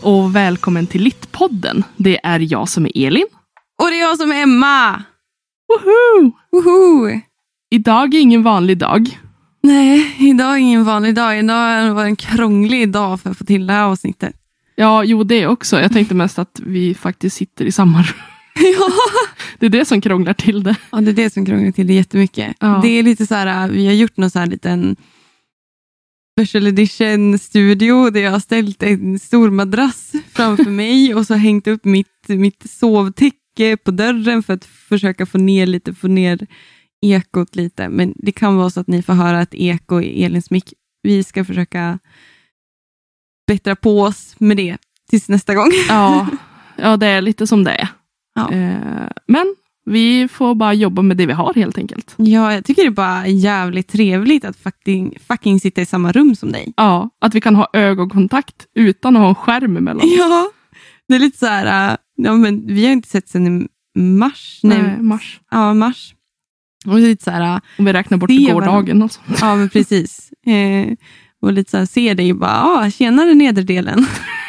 och välkommen till Littpodden. Det är jag som är Elin. Och det är jag som är Emma. Woho! Woho! Idag är ingen vanlig dag. Nej, idag är ingen vanlig dag. Idag var en krånglig dag för att få till det här avsnittet. Ja, jo det också. Jag tänkte mest att vi faktiskt sitter i samma rum. Ja. Det är det som krånglar till det. Ja, det är det som krånglar till det jättemycket. Ja. Det är lite så här, vi har gjort någon så här liten special edition studio där jag har ställt en stor madrass framför mig och så hängt upp mitt sovtäcke på dörren för att försöka få ner ekot lite. Men det kan vara så att ni får höra ett eko i Elins mick. Vi ska försöka bättra på oss med det tills nästa gång. Ja, det är lite som det är. Ja. Men vi får bara jobba med det vi har helt enkelt. Ja, jag tycker det är bara jävligt trevligt att fucking sitta i samma rum som dig. Ja, att vi kan ha ögonkontakt utan att ha en skärm emellan. Ja, det är lite så här, men vi har inte sett sedan i mars. Nej, mars. Ja, mars. Och lite så här, om vi räknar bort gårdagen. Alltså. Ja, men precis. Och lite så här, ser dig och bara, tjenare nederdelen.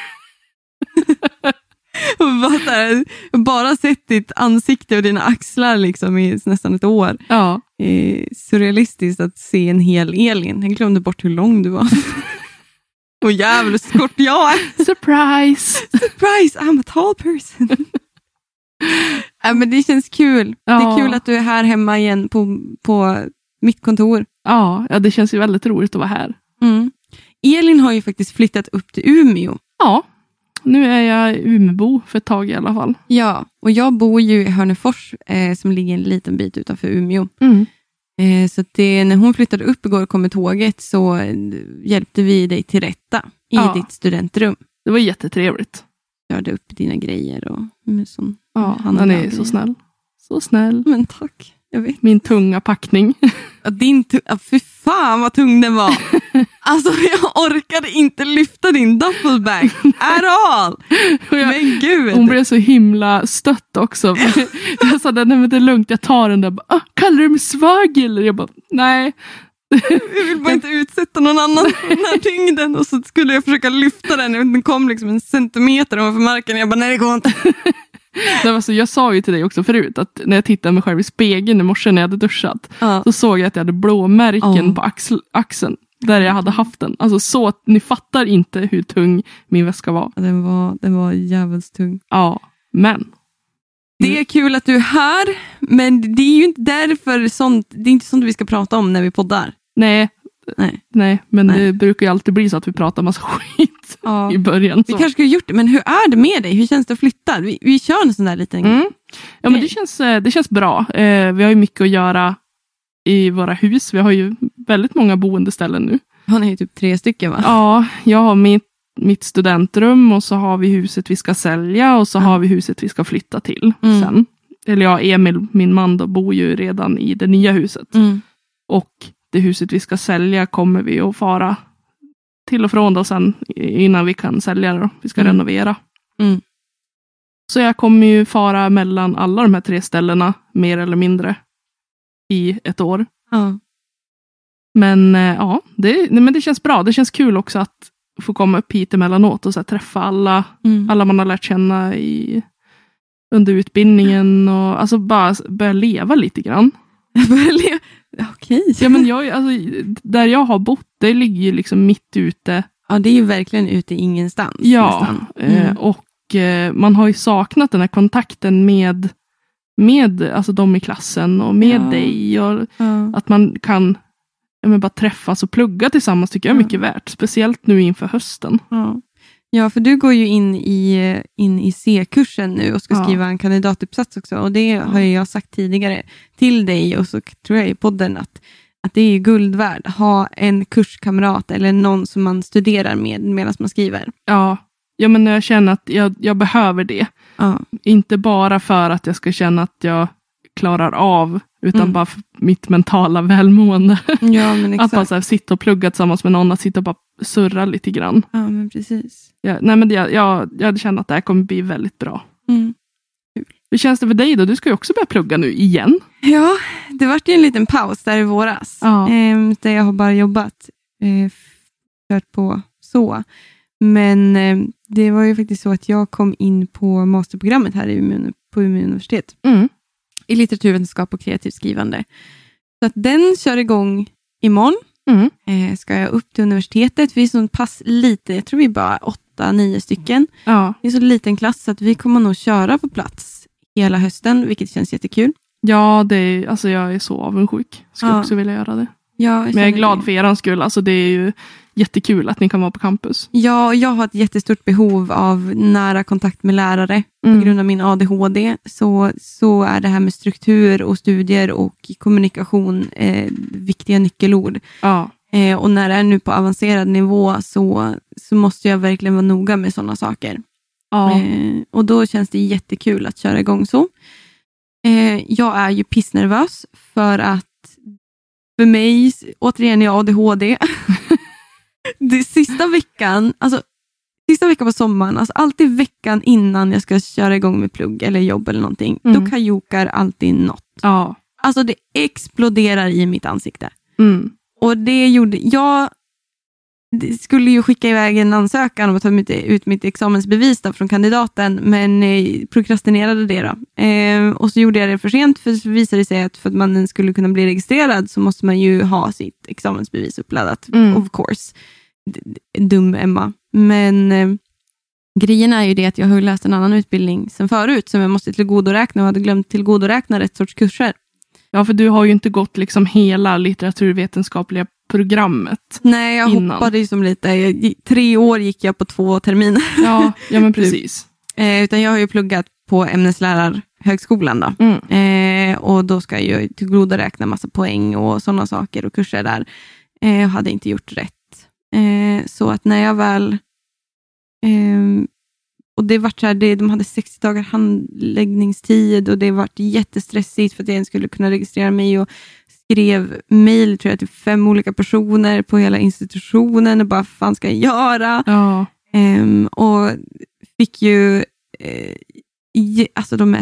Och bara sett ditt ansikte och dina axlar liksom i nästan ett år. Ja. Surrealistiskt att se en hel Elin. Jag glömde bort hur lång du var. Och jävligt kort jag är. Surprise! Surprise, I'm a tall person. Men det känns kul. Ja. Det är kul att du är här hemma igen på mitt kontor. Ja, det känns ju väldigt roligt att vara här. Mm. Elin har ju faktiskt flyttat upp till Umeå. Ja, nu är jag Umebo för ett tag i alla fall. Ja, och jag bor ju i Hörnefors som ligger en liten bit utanför Umeå. Mm. Så att när hon flyttade upp igår och kom med tåget så hjälpte vi dig till rätta i ditt studentrum. Det var jättetrevligt. Körde upp dina grejer och sån. Ja, han är så snäll. Så snäll. Men tack, jag vet. Min tunga packning. Fy fan vad tung den var. Alltså jag orkade inte lyfta din duffelbag at all. Men gud. Hon blev så himla stött också. Jag sa, nej men det är lugnt, jag tar den där. Kallar du mig svag eller? Jag bara, nej. Jag vill bara inte utsätta någon annan den här tyngden. Och så skulle jag försöka lyfta den. Den kom liksom 1 centimeter ovanför marken. Jag bara, nej det går inte. Jag sa ju till dig också förut att när jag tittade mig själv i spegeln i morse när jag hade duschat så såg jag att jag hade blåmärken på axeln där jag hade haft den. Alltså så att ni fattar inte hur tung min väska var. Den var jävligt tung. Ja, men det är kul att du är här, men det är ju inte därför sånt. Det är inte sånt vi ska prata om när vi poddar. Nej, men det brukar ju alltid bli så att vi pratar massa skit i början. Så. Vi kanske skulle gjort det, men hur är det med dig? Hur känns det att flytta? Vi kör en sån där liten Ja, men det känns bra. Vi har ju mycket att göra i våra hus. Vi har ju väldigt många boendeställen nu. Har ni ju typ 3 stycken va? Ja, jag har mitt studentrum och så har vi huset vi ska sälja och så har vi huset vi ska flytta till sen. Eller Emil, min man, då, bor ju redan i det nya huset. Och det huset vi ska sälja kommer vi att fara till och från då sen innan vi kan sälja det. Vi ska renovera. Så jag kommer ju fara mellan alla de här 3 ställena mer eller mindre i ett år. Men det känns bra. Det känns kul också att få komma upp hit emellanåt och så här, träffa alla man har lärt känna under utbildningen och alltså bara börja leva lite grann. Okej. Ja, men där jag har bott, det ligger ju liksom mitt ute. Ja, det är ju verkligen ute ingenstans. Ja, och man har ju saknat den här kontakten med alltså de i klassen och med dig. Och att man kan bara träffas och plugga tillsammans tycker jag är mycket värt. Speciellt nu inför hösten. Ja, för du går ju in i C-kursen nu och ska skriva en kandidatuppsats också. Och det har jag sagt tidigare till dig och så tror jag i podden att det är guld värd. Ha en kurskamrat eller någon som man studerar med medan man skriver. Ja, men jag känner att jag behöver det. Inte bara för att jag ska känna att jag klarar av utan bara för mitt mentala välmående. Ja, men exakt. Att bara så här, sitta och plugga tillsammans med någon, att sitta och bara surra lite grann. Ja, men precis. Jag känner att det här kommer bli väldigt bra. Hur känns det för dig då? Du ska ju också börja plugga nu igen. Ja, det var ju en liten paus där i våras. Där jag har bara jobbat. Kört på så. Men det var ju faktiskt så att jag kom in på masterprogrammet här på Umeå universitet. I litteraturvetenskap och kreativt skrivande. Så att den kör igång imorgon. Ska jag upp till universitetet. Vi är så pass lite, jag tror vi är bara 8-9 stycken. Ja. Det är så liten klass så att vi kommer nog köra på plats hela hösten, vilket känns jättekul. Ja, alltså jag är så avundsjuk. Skulle också vilja göra det. Ja, men jag är glad för er skull. Alltså det är ju jättekul att ni kan vara på campus. Ja, jag har ett jättestort behov av nära kontakt med lärare. På grund av min ADHD så är det här med struktur och studier och kommunikation viktiga nyckelord. Ja. Och när det är nu på avancerad nivå så måste jag verkligen vara noga med sådana saker. Ja. Och då känns det jättekul att köra igång så. Jag är ju pissnervös för att för mig, återigen är jag ADHD. Det sista veckan på sommaren, alltså alltid veckan innan jag ska köra igång med plugg eller jobb eller någonting, då kajokar alltid något. Ja. Alltså det exploderar i mitt ansikte. Och det gjorde jag. Skulle ju skicka iväg en ansökan om att ta ut mitt examensbevis från kandidaten, men prokrastinerade det då. Och så gjorde jag det för sent, för så visade det sig att för att man skulle kunna bli registrerad så måste man ju ha sitt examensbevis uppladdat, of course. Dum Emma. Men grejen är ju det att jag har läst en annan utbildning sen förut som jag måste tillgodoräkna och hade glömt tillgodoräkna rätt sorts kurser. Ja, för du har ju inte gått liksom hela litteraturvetenskapliga programmet. Nej, jag hoppade ju som lite. 3 år gick jag på 2 terminer. Ja men precis. Utan jag har ju pluggat på ämneslärarhögskolan då. Och då ska jag ju tillgodoräkna massa poäng och sådana saker och kurser där. Jag hade inte gjort rätt. Så att när jag väl och det var så här, de hade 60 dagar handläggningstid och det var jättestressigt för att jag ens skulle kunna registrera mig och skrev mejl tror jag till 5 olika personer på hela institutionen och bara vad fan ska jag göra? Ja. Och fick ju alltså de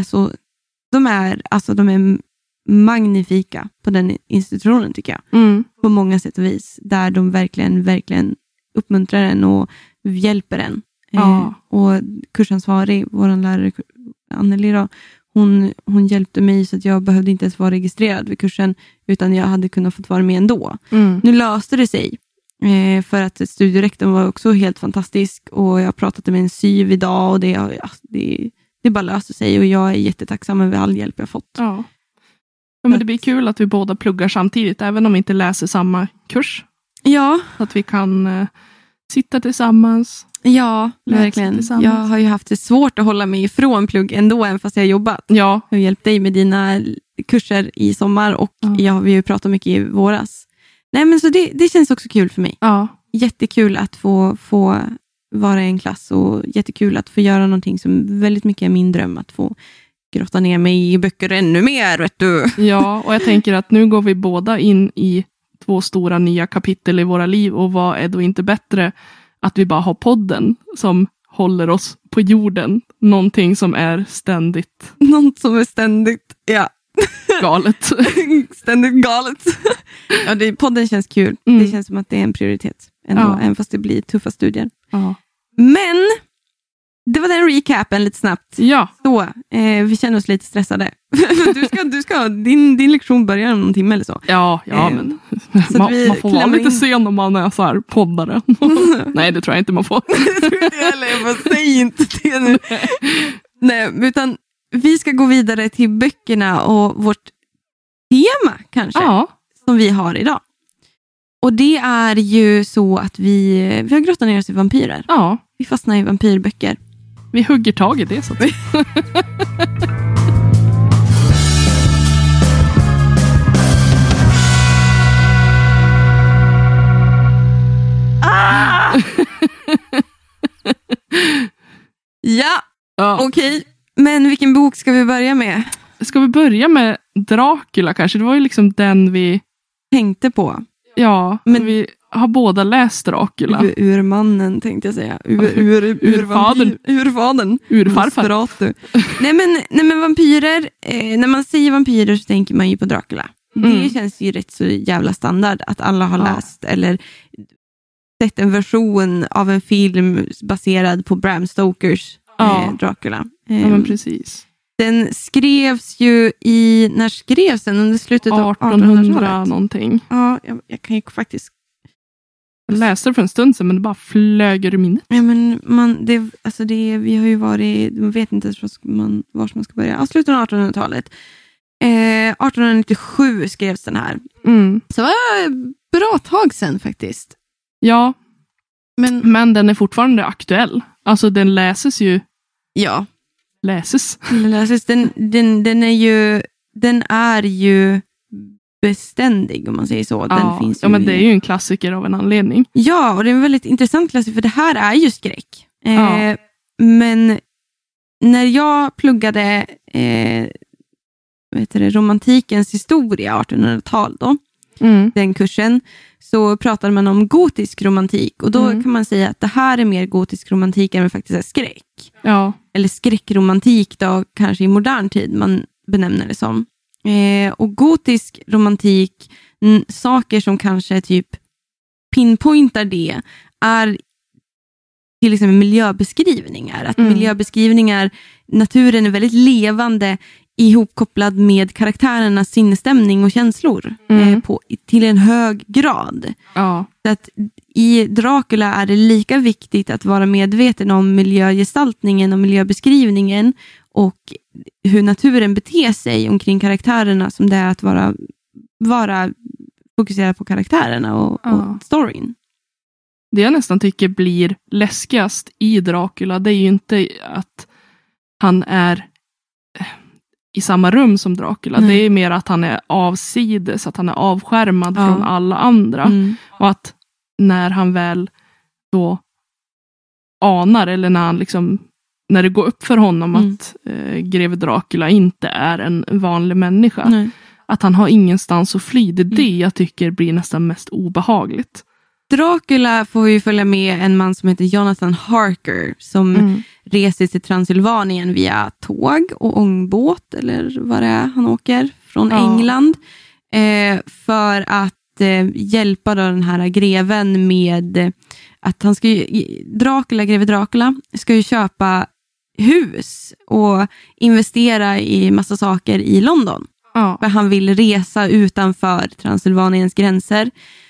är magnifika på den institutionen tycker jag. På många sätt och vis. Där de verkligen uppmuntrar en och hjälper en. Och kursansvarig, vår lärare Anneli då, hon hjälpte mig så att jag behövde inte ens vara registrerad vid kursen utan jag hade kunnat få vara med ändå. Nu löste det sig för att studierektorn var också helt fantastisk och jag pratade med en syv idag och det bara löste sig och jag är jättetacksam över all hjälp jag fått. Ja, men det blir kul att vi båda pluggar samtidigt även om vi inte läser samma kurs. Ja. Så att vi kan sitta tillsammans. Ja, verkligen. Jag har ju haft det svårt att hålla mig ifrån plugg ändå, även fast jag har jobbat. Ja. Jag har hjälpt dig med dina kurser i sommar och jag har ju pratat mycket i våras. Nej, men så det känns också kul för mig. Ja. Jättekul att få vara i en klass och jättekul att få göra någonting som väldigt mycket är min dröm, att få grotta ner mig i böcker ännu mer, vet du. Ja, och jag tänker att nu går vi båda in i 2 stora nya kapitel i våra liv och vad är då inte bättre att vi bara har podden som håller oss på jorden. Någonting som är ständigt. Något som är ständigt, ja. Galet. Ständigt galet. Ja, podden känns kul. Det känns som att det är en prioritet ändå, även fast det blir tuffa studier. Ja. Men det var den recapen lite snabbt. Ja. Så, vi känner oss lite stressade. Din lektion börjar om någon timme eller så. Ja, men man får vara lite sen om man är så här poddare. Nej, det tror jag inte man får. Det tror inte jag heller. Säg inte det nu. Nej, utan vi ska gå vidare till böckerna och vårt tema kanske. Ja. Som vi har idag. Och det är ju så att vi har grottat ner oss i vampyrer. Ja. Vi fastnar i vampyrböcker. Vi hugger tag i det så att Ja. Okej. Men vilken bok ska vi börja med? Ska vi börja med Dracula kanske? Det var ju liksom den vi tänkte på. Ja, men vi har båda läst Dracula. Urmannen tänkte jag säga. Urfadern. Urfarfar. Nej men vampyrer. När man säger vampyrer så tänker man ju på Dracula. Det känns ju rätt så jävla standard att alla har läst eller sett en version av en film baserad på Bram Stokers Dracula. Ja, men precis. Den skrevs ju när skrevs den? Under slutet av 1800 någonting. Ja, jag kan ju faktiskt... Jag läste det för en stund sedan, men det bara flög ur minnet. Ja, men vi har ju varit... Man vet inte var man ska börja. Slutet av 1800-talet. 1897 skrevs den här. Så det var bra tag sedan faktiskt. Ja, men den är fortfarande aktuell. Alltså den läses ju. Ja. Läses. Den är ju beständig, om man säger så. Den finns ju men det är ju en klassiker av en anledning. Ja, och det är en väldigt intressant klassiker, för det här är ju skräck. Men när jag pluggade romantikens historia, 1800-tal då, den kursen, så pratade man om gotisk romantik, och då kan man säga att det här är mer gotisk romantik än faktiskt är skräck. Ja. Eller skräckromantik då, kanske i modern tid man benämner det som. Och gotisk romantik, saker som kanske typ pinpointar det, är till exempel miljöbeskrivningar. Att miljöbeskrivningar, naturen är väldigt levande, ihopkopplad med karaktärernas sinnesstämning och känslor till en hög grad. Ja. Så att i Dracula är det lika viktigt att vara medveten om miljögestaltningen och miljöbeskrivningen och hur naturen beter sig omkring karaktärerna, som det är att vara fokuserad på karaktärerna och storyn. Det jag nästan tycker blir läskigast i Dracula, det är ju inte att han är i samma rum som Dracula. Det är mer att han är avsides, att han är avskärmad från alla andra. Och att när han väl då anar, eller när han liksom, när det går upp för honom att greve Dracula inte är en vanlig människa, att han har ingenstans att fly. Det är det jag tycker blir nästan mest obehagligt. Dracula får ju följa med en man som heter Jonathan Harker, som reser till Transylvanien via tåg och ångbåt, eller vad det är han åker, från England, för att hjälpa då den här greven med att han ska greve Dracula ska ju köpa hus och investera i massa saker i London. För han vill resa utanför Transylvaniens gränser.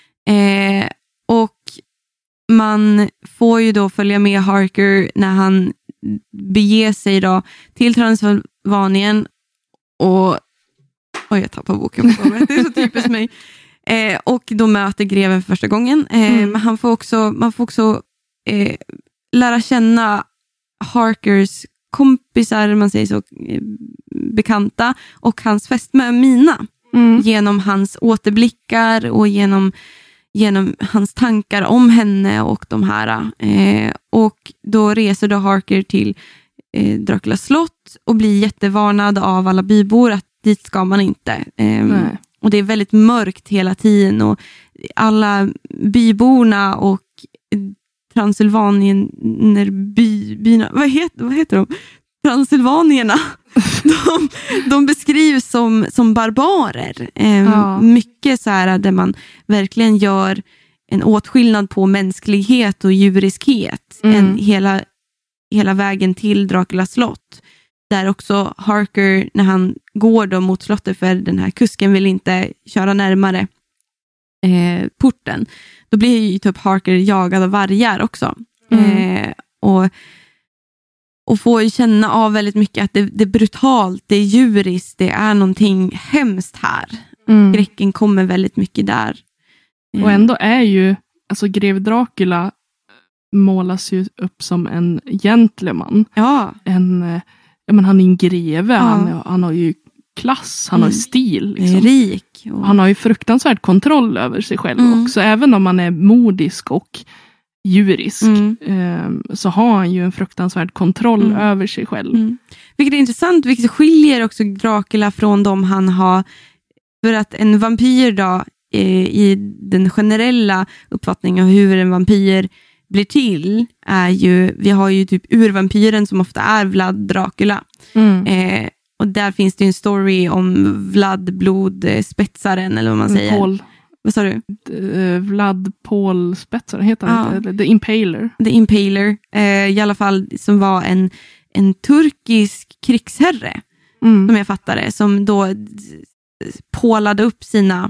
Och man får ju då följa med Harker när han beger sig då till Transylvanien, och jag tappar boken på mig. Det är så typiskt mig. Och då möter greven för första gången. Men man får också lära känna Harkers kompisar, man säger så, bekanta, och hans fästmö Mina genom hans återblickar och genom hans tankar om henne och de här. Och då reser då Harker till Draculas slott och blir jättevarnad av alla bybor att dit ska man inte. Och det är väldigt mörkt hela tiden, och alla byborna och Transylvanierna, vad heter de? Transylvanierna. De beskrivs som barbarer. Mycket så här där man verkligen gör en åtskillnad på mänsklighet och djuriskhet. Hela vägen till Draculas slott. Där också Harker, när han går då mot slottet, för den här kusken vill inte köra närmare porten. Då blir ju typ Harker jagad av vargar också. Och får ju känna av väldigt mycket att det är brutalt, det är djuriskt, det är någonting hemskt här. Skräcken kommer väldigt mycket där. Och ändå är ju, alltså greve Dracula målas ju upp som en gentleman. Ja. Men han är en greve, han har ju klass, han har ju stil. Liksom. Rik. Han har ju fruktansvärd kontroll över sig själv också. Även om han är modisk och djurisk, så har han ju en fruktansvärd kontroll över sig själv. Vilket är intressant, vilket skiljer också Dracula från dem han har. För att en vampyr då, i den generella uppfattningen av hur en vampyr blir till, är ju, vi har ju typ urvampyren som ofta är Vlad Dracula. Och där finns det en story om Vlad blodspetsaren, eller vad man säger. Vad sa du? Vlad Pålspetsar heter han inte? The Impaler. The Impaler. I alla fall som var en turkisk krigsherre. Som jag fattade. Som då pålade upp sina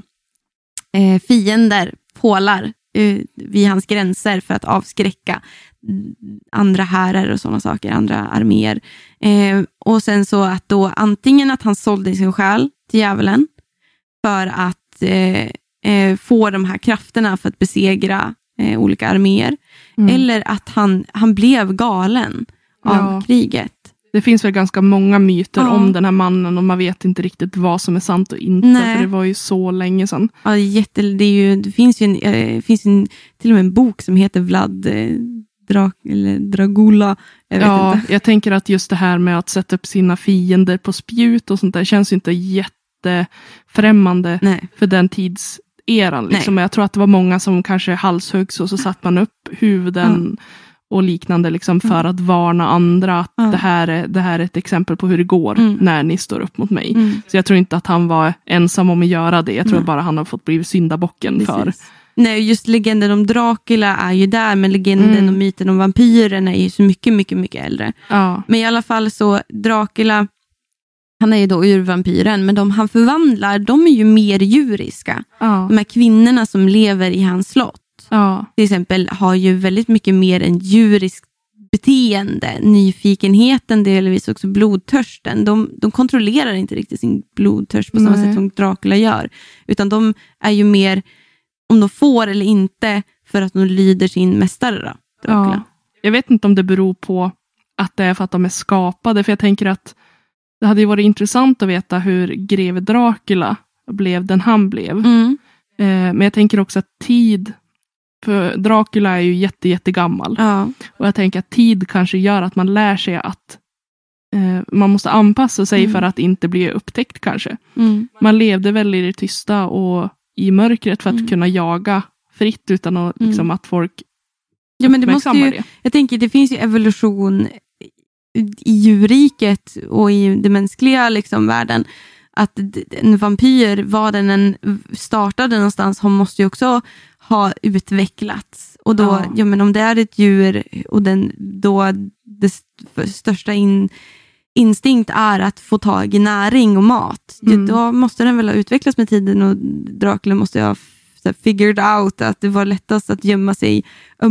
fiender, pålar vid hans gränser för att avskräcka andra härar och sådana saker, andra arméer. Och sen så att då antingen att han sålde sin själ till djävulen för att få de här krafterna för att besegra olika arméer. Eller att han blev galen av kriget. Det finns väl ganska många myter om den här mannen och man vet inte riktigt vad som är sant och inte. Nej. För det var ju så länge sedan. Ja, det finns ju till och med en bok som heter Vlad Dragula. Jag vet inte. Jag tänker att just det här med att sätta upp sina fiender på spjut och sånt där känns ju inte jättefrämmande för den tidseran. Liksom. Jag tror att det var många som kanske halshöggs och så satt man upp huvuden och liknande liksom, för att varna andra att det här är ett exempel på hur det går när ni står upp mot mig. Så jag tror inte att han var ensam om att göra det. Jag tror bara han har fått blivit syndabocken för. Nej, just legenden om Dracula är ju där, men legenden och myten om vampyren är ju så mycket, mycket, mycket äldre. Ja. Men i alla fall så Dracula, han är ju då urvampyren, men de han förvandlar, de är ju mer djuriska. Ja. De här kvinnorna som lever i hans slott. Till exempel har ju väldigt mycket mer en djurisk beteende, nyfikenheten, delvis också blodtörsten. De kontrollerar inte riktigt sin blodtörst på samma sätt som Dracula gör, utan de är ju mer om de får eller inte för att de lyder sin mästare då, Dracula. Jag vet inte om det beror på att det är för att de är skapade, för jag tänker att det hade ju varit intressant att veta hur greve Dracula blev den han blev. Men jag tänker också att tid, för Dracula är ju jättegammal. Och jag tänker att tid kanske gör att man lär sig att man måste anpassa sig för att inte bli upptäckt kanske. Man levde väl i det tysta och i mörkret för att kunna jaga fritt utan att, liksom, att folk men det måste ju, det. Jag tänker det finns ju evolution i djurriket och i den mänskliga liksom, världen. Att en vampyr, var den än startade någonstans, hon måste ju också ha utvecklats. Och då, men om det är ett djur och då det största instinkt är att få tag i näring och mat. Då måste den väl ha utvecklats med tiden, och Dracula måste ha figured out att det var lättast att gömma sig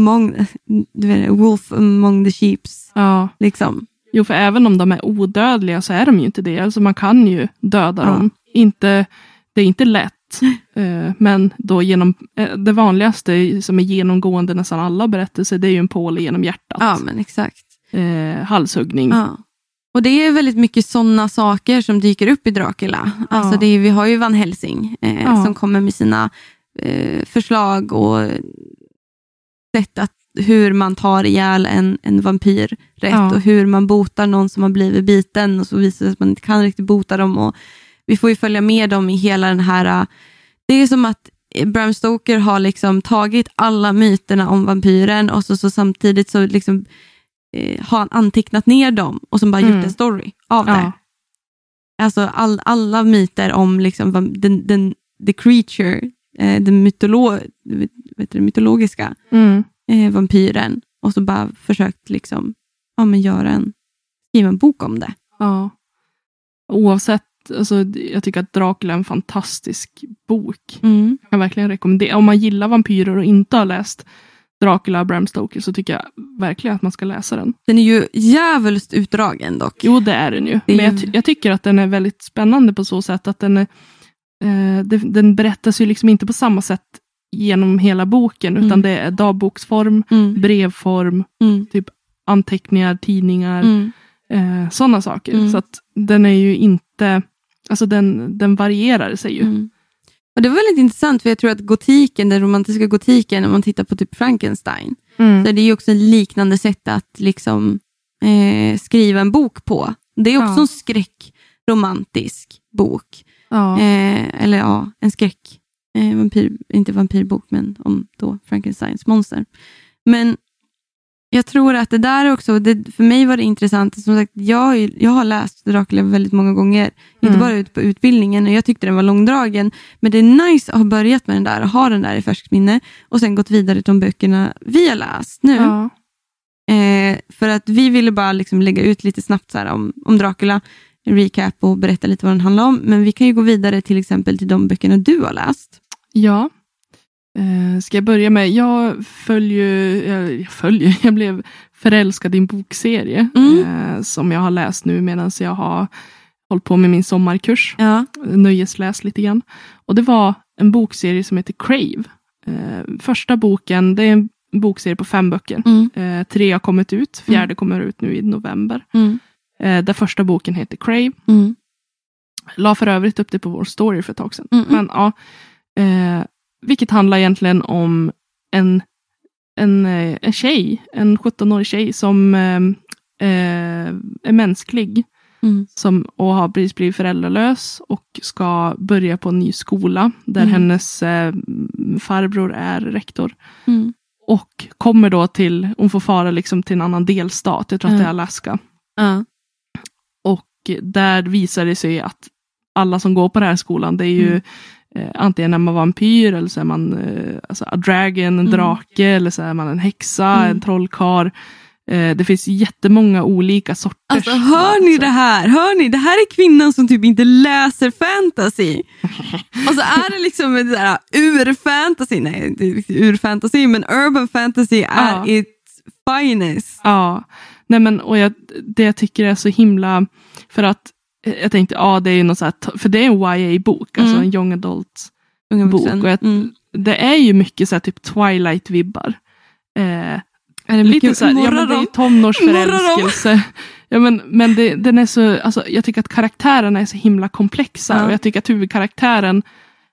wolf among the sheeps. Liksom. Jo, för även om de är odödliga så är de ju inte det. Alltså man kan ju döda dem. Det är inte lätt. Men då genom det vanligaste som är genomgående nästan alla berättelser, det är ju en påle genom hjärtat. Ja, men exakt. Halshuggning. Ja. Och det är väldigt mycket sådana saker som dyker upp i Dracula. Alltså vi har ju Van Helsing som kommer med sina förslag och sätt att hur man tar ihjäl en vampyr rätt och hur man botar någon som har blivit biten, och så visar det sig att man inte kan riktigt bota dem, och vi får ju följa med dem i hela den här, det är som att Bram Stoker har liksom tagit alla myterna om vampyren och så samtidigt så liksom har han antecknat ner dem och som bara gjort en story av det. Alltså alla myter om liksom the creature, den mytologiska vampyren, och så bara försökt liksom skriva en bok om det. Ja. Oavsett, alltså, jag tycker att Dracula är en fantastisk bok. Jag kan verkligen rekommendera. Om man gillar vampyrer och inte har läst Dracula och Bram Stoker, så tycker jag verkligen att man ska läsa den. Den är ju jävligt utdragen dock. Jo, det är den ju. Men jag tycker att den är väldigt spännande på så sätt att den är den berättas ju liksom inte på samma sätt genom hela boken, utan det är dagboksform, brevform, typ anteckningar, tidningar, sådana saker. Så att den är ju inte, alltså den varierar sig ju. Och det var väldigt intressant, för jag tror att gotiken, den romantiska gotiken, om man tittar på typ Frankenstein, så är det ju också en liknande sätt att liksom skriva en bok på. Det är också en skräckromantisk bok. En skräck. Inte vampyrbok, men om då Frankensteins monster. Men Jag tror att det där också, för mig var det intressant. Som sagt, jag har läst Dracula väldigt många gånger. Inte bara ut på utbildningen. Och jag tyckte den var långdragen. Men det är nice att ha börjat med den där. Och ha den där i färskt minne. Och sen gått vidare till de böckerna vi har läst nu. Ja. För att vi ville bara liksom lägga ut lite snabbt så här om Dracula. En recap och berätta lite vad den handlar om. Men vi kan ju gå vidare till exempel till de böckerna du har läst. Ja. Ska jag börja med, jag blev förälskad i en bokserie som jag har läst nu medan jag har hållit på med min sommarkurs. Ja. Nöjesläs lite grann. Och det var en bokserie som heter Crave. Första boken, det är en bokserie på 5 böcker. 3 har kommit ut, 4:e kommer ut nu i november. Där första boken heter Crave. La för övrigt upp det på vår story för ett tag sedan. Men ja, vilket handlar egentligen om en tjej, en 17-årig tjej som är mänsklig och har precis blivit föräldralös och ska börja på en ny skola där hennes farbror är rektor. Och kommer då hon får fara liksom till en annan delstat, jag tror att det är Alaska. Och där visar det sig att alla som går på den här skolan, det är ju antingen är man vampyr eller så är man alltså a dragon, en drake, eller så är man en häxa, en trollkarl. Det finns jättemånga olika sorters. Alltså hör ni det här? Hör ni? Det här är kvinnan som typ inte läser fantasy. Och så är det liksom ett sådär ur-fantasy. Nej, det är inte ur-fantasy, men urban fantasy är its finest. Ja, nej men och det jag tycker är så himla, för att jag tänkte, det är ju något så här, för det är en YA-bok, alltså en young adult bok. Och det är ju mycket så här, typ Twilight-vibbar. Är det lite så här, men det är ju tonårsförälskelse. Ja, men den är så, alltså, jag tycker att karaktärerna är så himla komplexa. Och jag tycker att huvudkaraktären,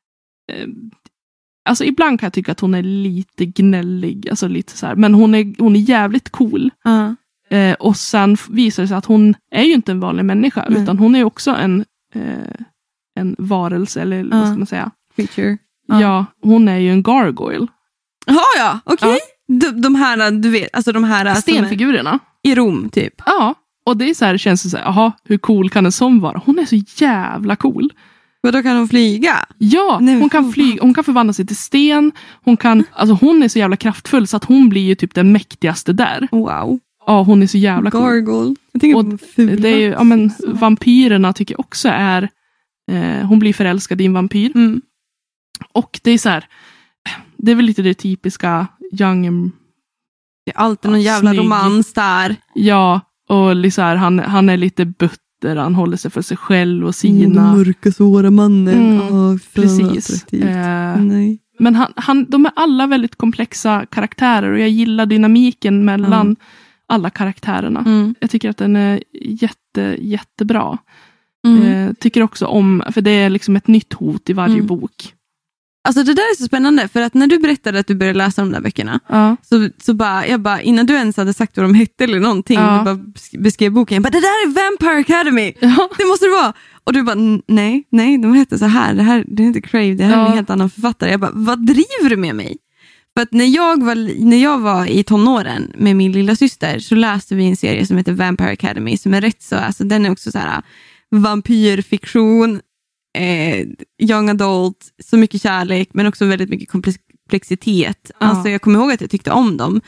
alltså ibland kan jag tycka att hon är lite gnällig, alltså lite så här, men hon är jävligt cool. Och sen visar det sig att hon är ju inte en vanlig människa, utan hon är också en varelse, eller vad ska man säga? Creature. Ja, hon är ju en gargoyle. Ja, okej. Okay. De här, du vet, alltså de här stenfigurerna i Rom typ. Ja, och det är så här, känns det så här, hur cool kan en sån vara? Hon är så jävla cool. Och då kan hon flyga? Ja, hon kan flyga, hon kan förvandla sig till sten. Alltså hon är så jävla kraftfull så att hon blir ju typ den mäktigaste där. Wow. Ja, hon är så jävla cool. Gargoyle. Jag tänker på fula. Det är ju, vampyrerna tycker jag också är, hon blir förälskad i en vampyr. Och det är så här, det är väl lite det typiska young. Det är alltid någon jävla romans där. Ja, och liksom här, han är lite butter, han håller sig för sig själv och sina. Den mörka svåra mannen. Precis. Nej. Men de är alla väldigt komplexa karaktärer och jag gillar dynamiken mellan alla karaktärerna. Jag tycker att den är jättebra. Tycker också om, för det är liksom ett nytt hot i varje bok. Alltså det där är så spännande, för att när du berättade att du började läsa de där böckerna, så jag bara, innan du ens hade sagt vad de hette eller någonting, du bara beskrev boken, jag bara, det där är Vampire Academy, det måste det vara. Och du bara, nej, de heter så här, det är inte Crave, det här är en helt annan författare. Jag bara, vad driver du med mig? För att när jag var i tonåren med min lilla syster så läste vi en serie som heter Vampire Academy, som är rätt så, alltså den är också så här vampyrfiktion, young adult, så mycket kärlek men också väldigt mycket komplexitet. Alltså jag kommer ihåg att jag tyckte om dem.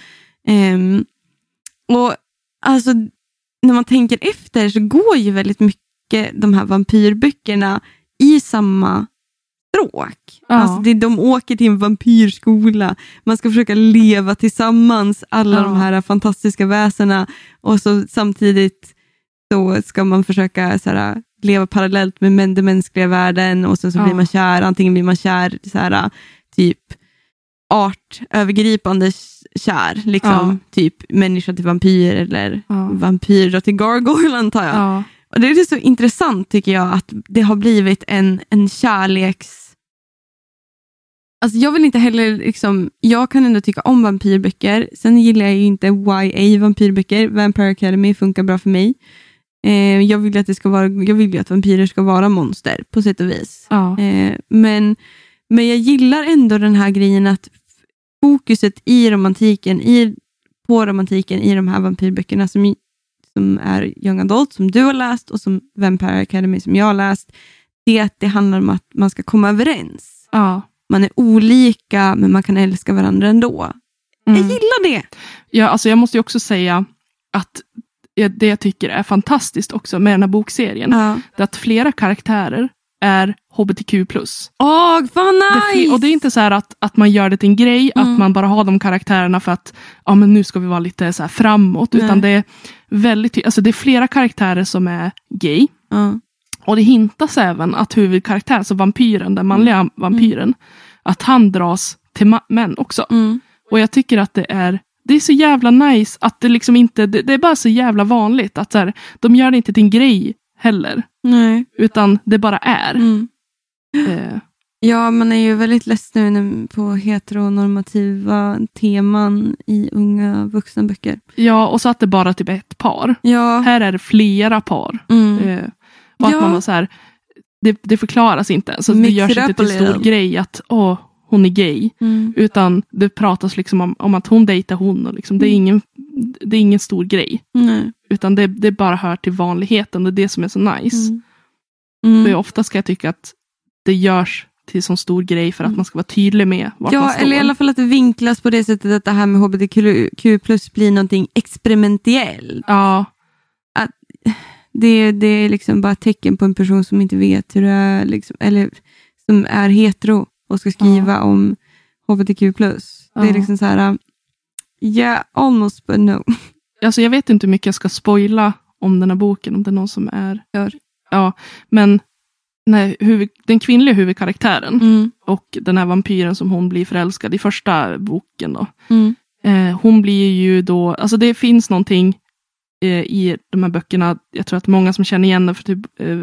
Och alltså när man tänker efter så går ju väldigt mycket de här vampyrböckerna i samma stråk. Alltså de åker till en vampyrskola, man ska försöka leva tillsammans, alla de här fantastiska väsena, och så samtidigt så ska man försöka så här, leva parallellt med den mänskliga världen, och sen så blir man kär, antingen blir man kär så här, typ artövergripande kär, liksom typ människa till vampyr eller vampyr till gargoyle, antar jag. Och det är så intressant tycker jag att det har blivit en kärleks... Alltså jag vill inte heller liksom, jag kan ändå tycka om vampyrböcker, sen gillar jag ju inte YA vampyrböcker. Vampire Academy funkar bra för mig. Jag vill ju att vampyrer ska vara monster på sätt och vis. Men jag gillar ändå den här grejen att fokuset i romantiken på romantiken i de här vampyrböckerna som är young adult, som du har läst, och som Vampire Academy som jag har läst, det är att det handlar om att man ska komma överens. Ja. Man är olika, men man kan älska varandra ändå. Jag gillar det. Ja, alltså jag måste ju också säga att det jag tycker är fantastiskt också med den här bokserien, det är att flera karaktärer är HBTQ+. Åh, vad nice! Och det är inte så här att man gör det till en grej, att man bara har de karaktärerna för att men nu ska vi vara lite så här framåt. Nej. Utan det är väldigt, alltså det är flera karaktärer som är gay. Och det hintas även att huvudkaraktären, så vampyren, den manliga vampyren, att han dras till män också. Och jag tycker att det är så jävla nice att det liksom inte, det är bara så jävla vanligt att så här, de gör det inte till en grej heller. Nej. Utan det bara är. Ja, man är ju väldigt less nu på heteronormativa teman i unga vuxna böcker. Ja, och så att det bara typ är ett par. Ja. Här är det flera par. Och att man var så här, det förklaras inte. Så det görs inte till stor grej att hon är gay. Utan det pratas liksom om att hon dejtar hon. Och liksom, det är ingen stor grej. Utan det bara hör till vanligheten. Det är det som är så nice. För ofta ska jag tycka att det görs till sån stor grej för att man ska vara tydlig med vart man står. Eller i alla fall att det vinklas på det sättet att det här med HBTQ+ blir någonting experimentellt. Ja. Att det är liksom bara ett tecken på en person som inte vet hur det är, liksom, eller som är hetero och ska skriva om HBTQ+. Det är liksom så här, almost but no. Alltså jag vet inte hur mycket jag ska spoila om den här boken, om det är någon som är. Ja, men den kvinnliga huvudkaraktären och den här vampyren som hon blir förälskad i första boken då. Hon blir ju då, alltså det finns någonting i de här böckerna, jag tror att många som känner igen det för typ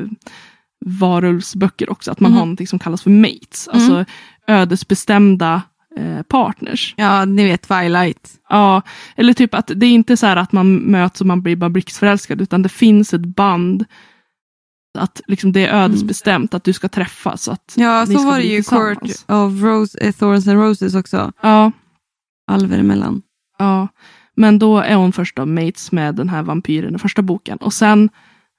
varulvsböcker också, att man har någonting som kallas för mates, alltså ödesbestämda partners. Ja, ni vet Twilight. Ja, eller typ att det är inte så här att man möts och man blir bara blixtförälskad, utan det finns ett band att liksom det är ödesbestämt att du ska träffas. Att ja, så var det ju Court of Thorns and Roses också. Ja. Alver emellan. Ja, men då är hon först då mates med den här vampyren i första boken. Och sen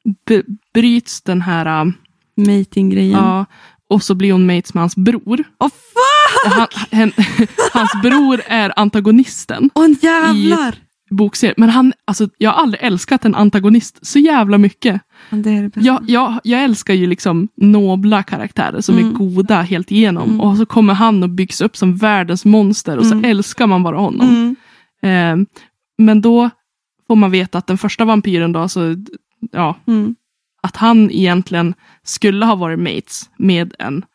bryts den här mating-grejen. Ja, och så blir hon mates med hans bror. Oh fuck! Hans bror är antagonisten. Jävlar! I bokserien. Men jag har aldrig älskat en antagonist så jävla mycket. Det är det bästa. Jag älskar ju liksom nobla karaktärer som är goda helt igenom. Och så kommer han och byggs upp som världens monster. Och så älskar man bara honom. Men då får man veta att den första vampyren då, så, att han egentligen skulle ha varit mates med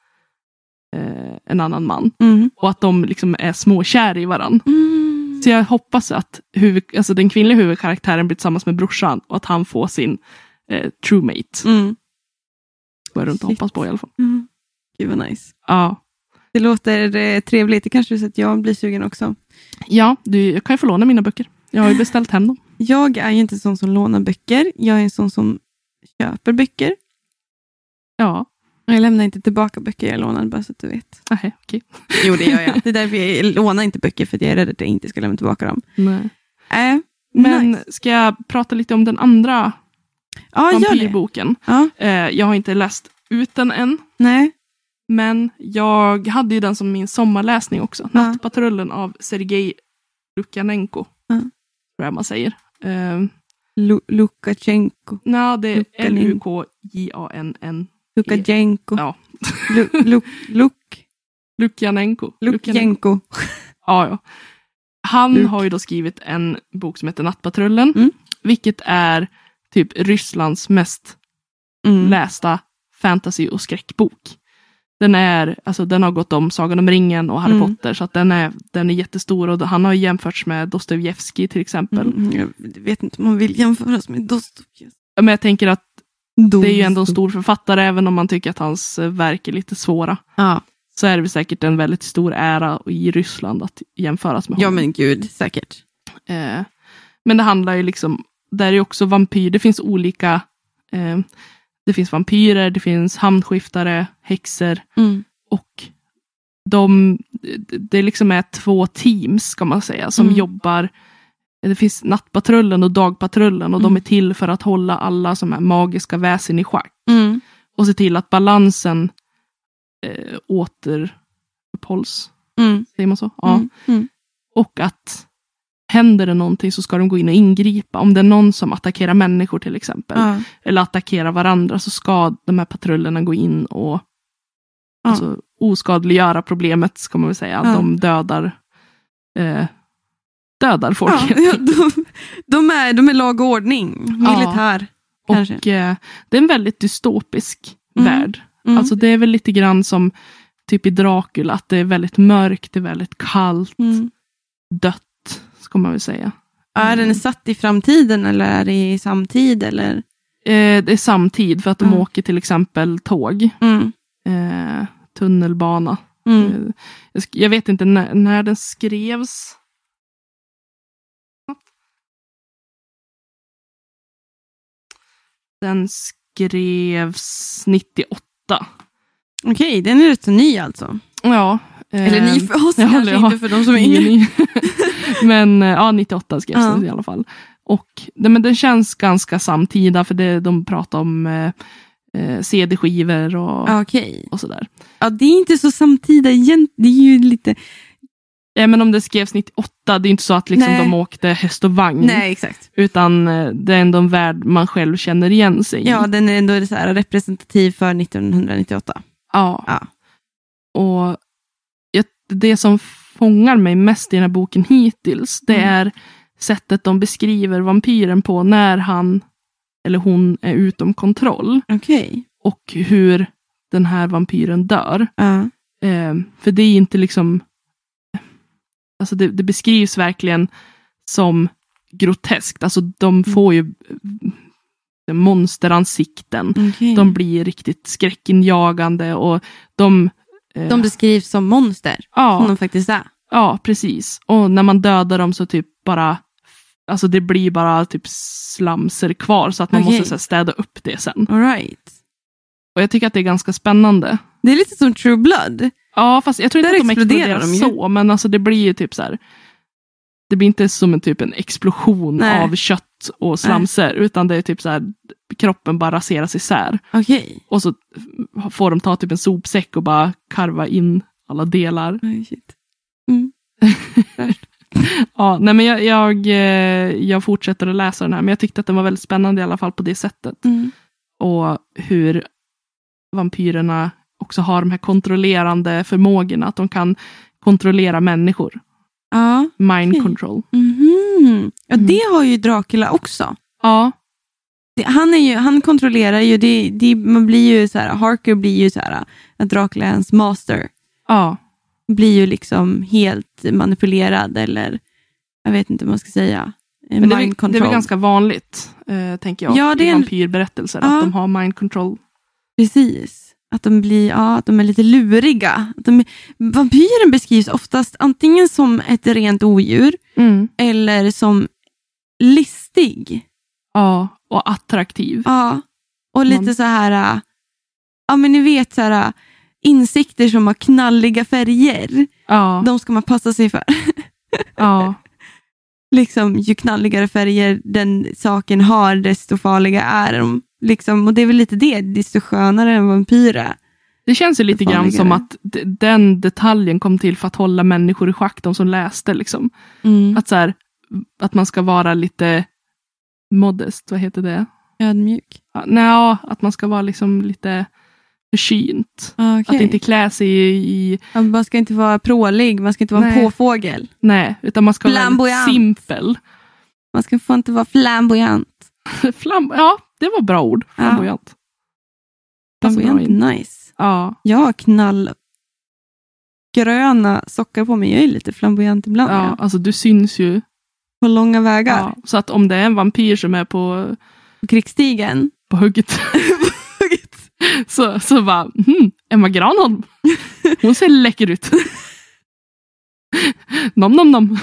en annan man. Och att de liksom är småkär i varann. Så jag hoppas att den kvinnliga huvudkaraktären blir tillsammans med brorsan och att han får sin true mate. Går jag runt och hoppas på i alla fall. Gud vad nice. Ja. Det låter trevligt. Det kanske är så att jag blir sugen också. Ja, jag kan ju få låna mina böcker. Jag har ju beställt hem dem. Jag är ju inte sån som lånar böcker. Jag är en sån som köper böcker. Ja. Jag lämnar inte tillbaka böcker jag lånar, bara så att du vet. Okej. Jo, det gör jag. Det är därför jag lånar inte böcker, för att jag är rädd att jag inte ska lämna tillbaka dem. Nej. Men nice. Ska jag prata lite om den andra vampyrboken? Jag har inte läst ut den än. Nej. Men jag hade ju den som min sommarläsning också. Nattpatrullen av Sergej Lukjanenko. Tror jag man säger. Lukasjenko. Nej, det är L-U-K-J-A-N-N. Lukasjenko. Ja. Lukjanenko. Ja. Han har ju då skrivit en bok som heter Nattpatrullen. Vilket är typ Rysslands mest lästa fantasy- och skräckbok. Den har gått om Sagan om ringen och Harry Potter, så att den är jättestor, och han har jämförts med Dostojevskij till exempel. Jag vet inte om man vill jämföras med Dostojevskij. Men jag tänker att det är ju ändå en stor författare, även om man tycker att hans verk är lite svåra. Ja. Så är det säkert en väldigt stor ära i Ryssland att jämföras med honom. Ja, men gud, säkert. Men det handlar ju liksom, där är också vampyr. Det finns olika, det finns vampyrer, det finns hamnskiftare, häxor. Och det liksom är 2 teams, ska man säga, som jobbar det finns nattpatrullen och dagpatrullen och de är till för att hålla alla som är magiska väsen i schack. Och se till att balansen återuppehålls. Säger man så? Ja. Och att händer det någonting så ska de gå in och ingripa. Om det är någon som attackerar människor till exempel. Eller attackerar varandra så ska de här patrullerna gå in och alltså, oskadliggöra problemet ska man väl säga. De dödar folk. De är lag och ordning. Militär. Kanske. Och det är en väldigt dystopisk värld. Alltså det är väl lite grann som typ i Dracula. Att det är väldigt mörkt, det är väldigt kallt. Dött, ska man väl säga. Är den satt i framtiden eller är det i samtid? Eller? Det är samtid för att de åker till exempel tåg. Tunnelbana. Jag vet inte när den skrevs. Den skrevs 98. Okej, den är rätt så ny alltså. Ja. Eller ny för oss, kanske inte för de som är yngre. Men 98 skrevs den i alla fall. Och men den känns ganska samtida för de pratar om CD-skivor och sådär. Ja, det är inte så samtida egentligen. Det är ju lite... Men om det skrevs 98, det är inte så att liksom de åkte häst och vagn. Nej, exakt. Utan det är ändå en värld man själv känner igen sig i. Ja, den är ändå så här representativ för 1998. Ja. Och det som fångar mig mest i den här boken hittills, det är sättet de beskriver vampyren på när han eller hon är utom kontroll. Okej. Och hur den här vampyren dör. För det är inte liksom... Alltså det beskrivs verkligen som groteskt. Alltså de får ju monsteransikten. Okay. De blir riktigt skräckinjagande och de beskrivs som monster. Som de faktiskt är. Ja, precis. Och när man dödar dem så typ bara... Alltså det blir bara typ slamser kvar så att man måste så här, städa upp det sen. All right. Och jag tycker att det är ganska spännande. Det är lite som True Blood. Ja, fast jag tror inte att de exploderar så. Men alltså det blir ju typ så här... Det blir inte som en explosion av kött och slamser. Utan det är typ så här... Kroppen bara raseras isär. Okay. Och så får de ta typ en sopsäck och bara karva in alla delar. Shit. Ja, nej men jag fortsätter att läsa den här. Men jag tyckte att den var väldigt spännande i alla fall på det sättet. Och hur vampyrerna också har de här kontrollerande förmågorna. Att de kan kontrollera människor. Mind control. Ja, det har ju Dracula också. Ja. Han kontrollerar ju, man blir ju så här, Harker blir ju så här, att Dracula är hans master. Ja. Blir ju liksom helt manipulerad eller jag vet inte vad man ska säga. Men det är väl ganska vanligt, tänker jag, i vampyrberättelser, att de har mind control. Precis. Att de är lite luriga. Vampyren beskrivs oftast antingen som ett rent odjur eller som listig. Ja, och attraktiv. Ja, och lite så här, men ni vet så här, insekter som har knalliga färger. Ja. De ska man passa sig för. Ja. Liksom, ju knalligare färger den saken har, desto farliga är de. Liksom, och det är väl lite det, desto skönare än vampyrer. Det känns ju lite grann som att den detaljen kom till för att hålla människor i schack, de som läste. Liksom. Att, så här, att man ska vara lite modest, vad heter det? Ödmjuk. Ja, att man ska vara liksom lite försynt. Okay. Att inte klä sig i... Man ska inte vara prålig, man ska inte vara en påfågel. Nej, utan man ska vara simpel. Man ska få inte vara flamboyant. Ja, det var bra ord. Flamboyant. Flamboyant, nice. Ja. Jag har knallgröna sockar på mig. Jag är lite flamboyant ibland. Ja, alltså du syns ju. På långa vägar. Ja, så att om det är en vampyr som är på krigsstigen. På hugget. så bara, Emma Granholm. Hon ser läcker ut. Nom.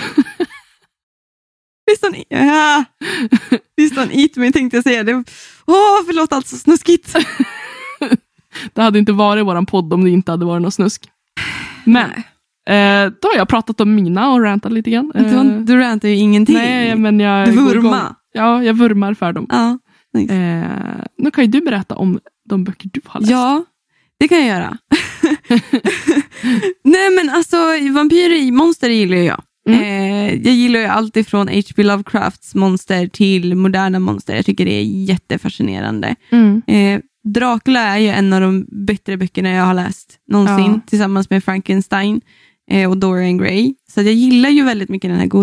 Visst han eat me, tänkte jag säga. Förlåt, alltså snuskigt. Det hade inte varit våran podd om det inte hade varit något snusk. Men Då har jag pratat om mina och rantat lite grann. Du rantar ju ingenting. Nej, men jag... Du vurmar. Ja, jag vurmar för dem. Ja, nice. Nu kan ju du berätta om de böcker du har läst. Ja, det kan jag göra. Nej, men alltså monster gillar jag. Jag gillar ju allt ifrån H.P. Lovecrafts monster till moderna monster. Jag tycker det är jättefascinerande. Dracula är ju en av de bättre böckerna jag har läst någonsin, tillsammans med Frankenstein och Dorian Gray. Så jag gillar ju väldigt mycket den här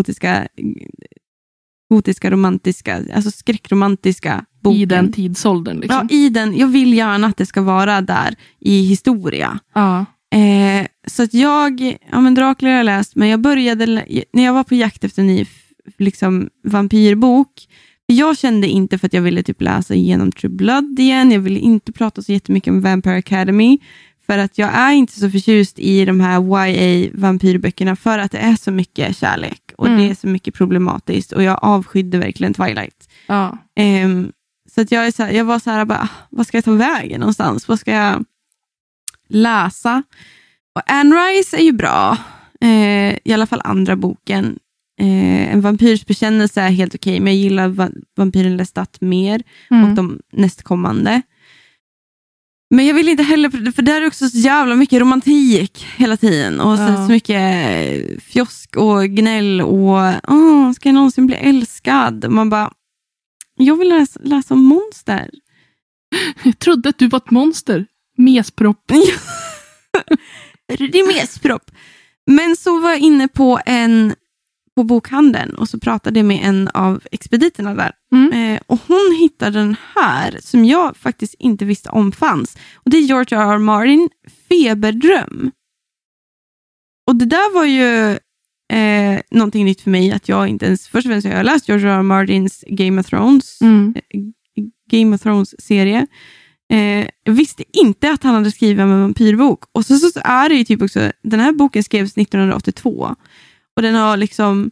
gotiska romantiska, alltså skräckromantiska boken. I den tidsåldern liksom. Ja, i den. Jag vill gärna att det ska vara där i historia. Ja. Så att Dracula har jag läst, men jag började när jag var på jakt efter en ny vampyrbok. Jag kände inte för att jag ville typ läsa igenom True Blood igen. Jag ville inte prata så jättemycket om Vampire Academy. För att jag är inte så förtjust i de här YA-vampyrböckerna. För att det är så mycket kärlek. Och det är så mycket problematiskt. Och jag avskydde verkligen Twilight. Ja. Så att jag var så här bara, vad ska jag ta vägen någonstans? Vad ska jag läsa? Och Anne Rice är ju bra. I alla fall andra boken. En vampyrs bekännelse är helt okej, men jag gillar vampyren Lestat mer och de nästkommande. Men jag vill inte heller, för där är också så jävla mycket romantik hela tiden och så mycket fjosk och gnäll och ska jag någonsin bli älskad? Och man bara, jag vill läsa om monster. Jag trodde att du var ett monster. Mespropp. Det är mespropp. Men så var jag inne på bokhandeln och så pratade jag med en av expediterna där. Och hon hittade den här som jag faktiskt inte visste om fanns. Och det är George R. R. Martin, Feberdröm. Och det där var ju någonting nytt för mig, att jag inte ens, först och främst jag har läst George R. R. Martins Game of Thrones serie. Jag visste inte att han hade skrivit en vampyrbok. Och så är det ju typ också, den här boken skrevs 1982. Och den har liksom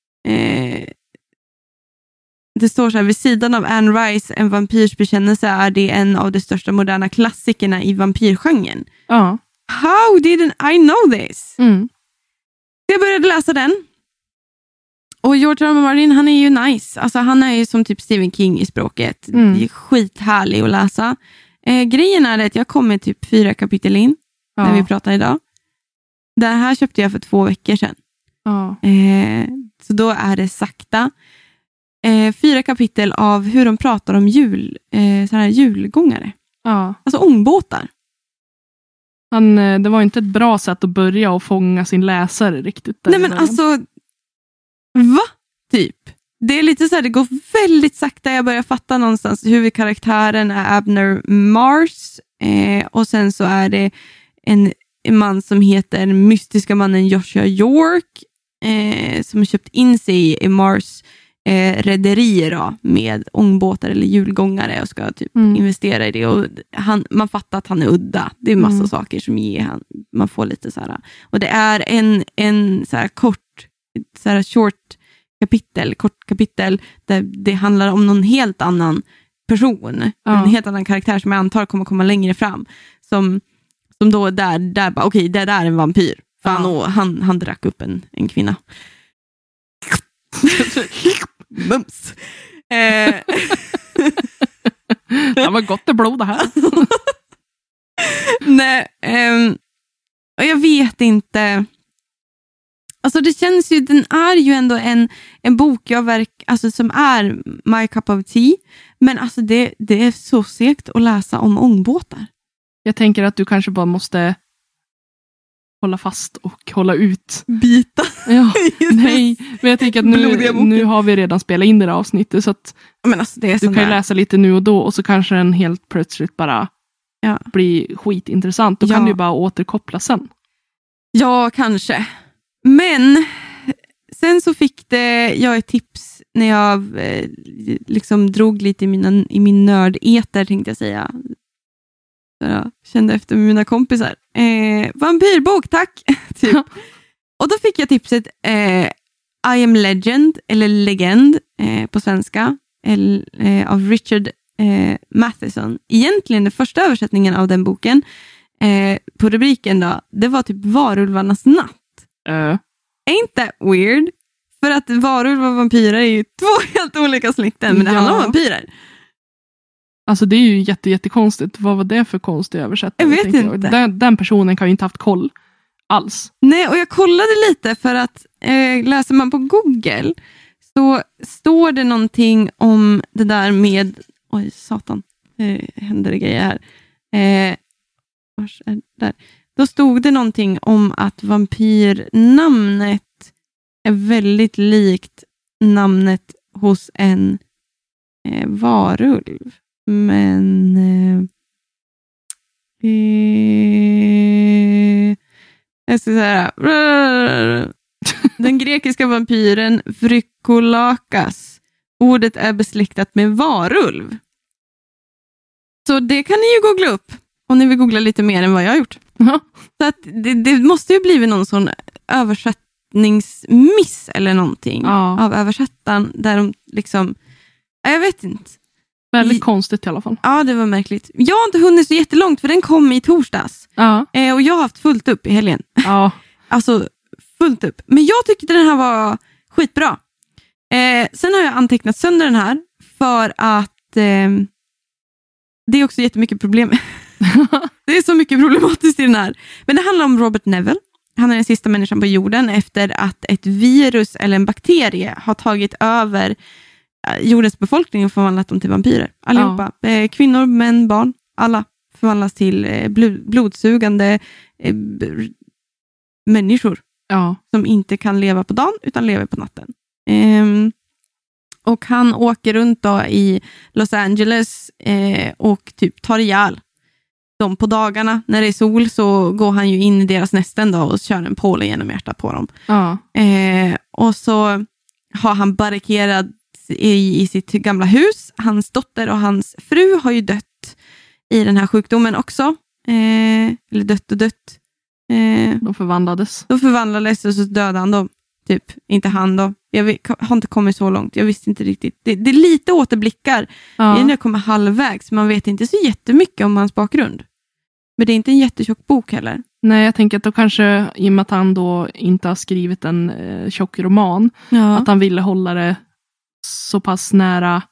det står så här: vid sidan av Anne Rice, En vampyrs bekännelse, är det en av de största moderna klassikerna i vampyrgenren. Ja. How didn't I know this? Jag började läsa den. Och George R. R. Martin, han är ju nice. Alltså han är ju som typ Stephen King i språket. Det är skithärlig att läsa. Grejen är att jag kommer typ 4 kapitel in när vi pratar idag. Det här köpte jag för 2 veckor sedan. Så då är det sakta. 4 kapitel av hur de pratar om så här julgångare. Alltså ångbåtar. Det var inte ett bra sätt att börja och fånga sin läsare riktigt. Nej men alltså, va? Typ. Det är lite så här, det går väldigt sakta. Jag börjar fatta någonstans huvudkaraktären är Abner Mars. Och sen så är det en man som heter mystiska mannen Joshua York. Som har köpt in sig i Mars rederier med ångbåtar eller julgångare och ska typ investera i det. Och man fattar att han är udda. Det är massa saker som ger man får lite så här. Och det är en så här kort, så här kort kapitel där det handlar om någon helt annan person. En helt annan karaktär som jag antar kommer komma längre fram. Som då där bara, okej, det där är en vampyr. För han drack upp en kvinna. Mums. Det var gott det blod det här. Nej, och jag vet inte. Alltså det känns ju, den är ju ändå en bok alltså som är my cup of tea. Men alltså det är så segt att läsa om ångbåtar. Jag tänker att du kanske bara måste hålla fast och hålla ut. Bita. Ja, nej. Men jag tänker att nu har vi redan spelat in det här avsnittet. Så att men alltså, det är du kan ju läsa lite nu och då. Och så kanske den helt plötsligt bara blir skitintressant. Då kan du ju bara återkoppla sen. Ja, kanske. Men sen så fick jag ett tips när jag liksom drog lite i min nördeter, tänkte jag säga. Så jag kände efter med mina kompisar. Vampyrbok, tack! Typ. Och då fick jag tipset I am Legend, eller Legend på svenska, av Richard Matheson. Egentligen den första översättningen av den boken på rubriken då, det var typ Varulvarnas natt. Ain't that weird? För att varulvar och vampyrer är ju 2 helt olika släkten, men det handlar om vampyrer. Alltså det är ju jättekonstigt. Vad var det för konstig översättning? Jag vet inte. Den personen kan ju inte haft koll alls. Nej, och jag kollade lite för att läser man på Google så står det någonting om det där med... Oj, satan. Händer det grejer här. Vars är där? Då stod det någonting om att vampyrnamnet är väldigt likt namnet hos en varulv. Men jag ska säga den grekiska vampyren Vrykolakas. Ordet är besläktat med varulv. Så det kan ni ju googla upp om ni vill googla lite mer än vad jag har gjort. Så att det måste ju blivit någon sån översättningsmiss eller någonting av översättaren där de liksom, jag vet inte. Väldigt konstigt i alla fall. Ja, det var märkligt. Jag har inte hunnit så jättelångt för den kom i torsdags. Och jag har haft fullt upp i helgen. Alltså fullt upp. Men jag tyckte den här var skitbra. Sen har jag antecknat sönder den här för att det är också jättemycket problem. Det är så mycket problematiskt i den här. Men det handlar om Robert Neville. Han är den sista människan på jorden efter att ett virus eller en bakterie har tagit över jordens befolkning och förvandlat dem till vampyrer. Allihopa. Kvinnor, män, barn. Alla förvandlas till blodsugande människor. Som inte kan leva på dagen utan lever på natten. Och han åker runt då i Los Angeles och typ tar ihjäl dem på dagarna. När det är sol så går han ju in i deras nästen då och kör en påle genom hjärtat på dem. Och så har han barrikerat i sitt gamla hus. Hans dotter och hans fru har ju dött i den här sjukdomen också. Eller dött. De förvandlades och så dödade han dem. Typ, inte han då. Jag har inte kommit så långt. Jag visste inte riktigt. Det är lite återblickar. Jag kommer halvvägs. Man vet inte så jättemycket om hans bakgrund. Men det är inte en jättetjock bok heller. Nej, jag tänker att då kanske, i och med att han då inte har skrivit en tjock roman, att han ville hålla det så pass nära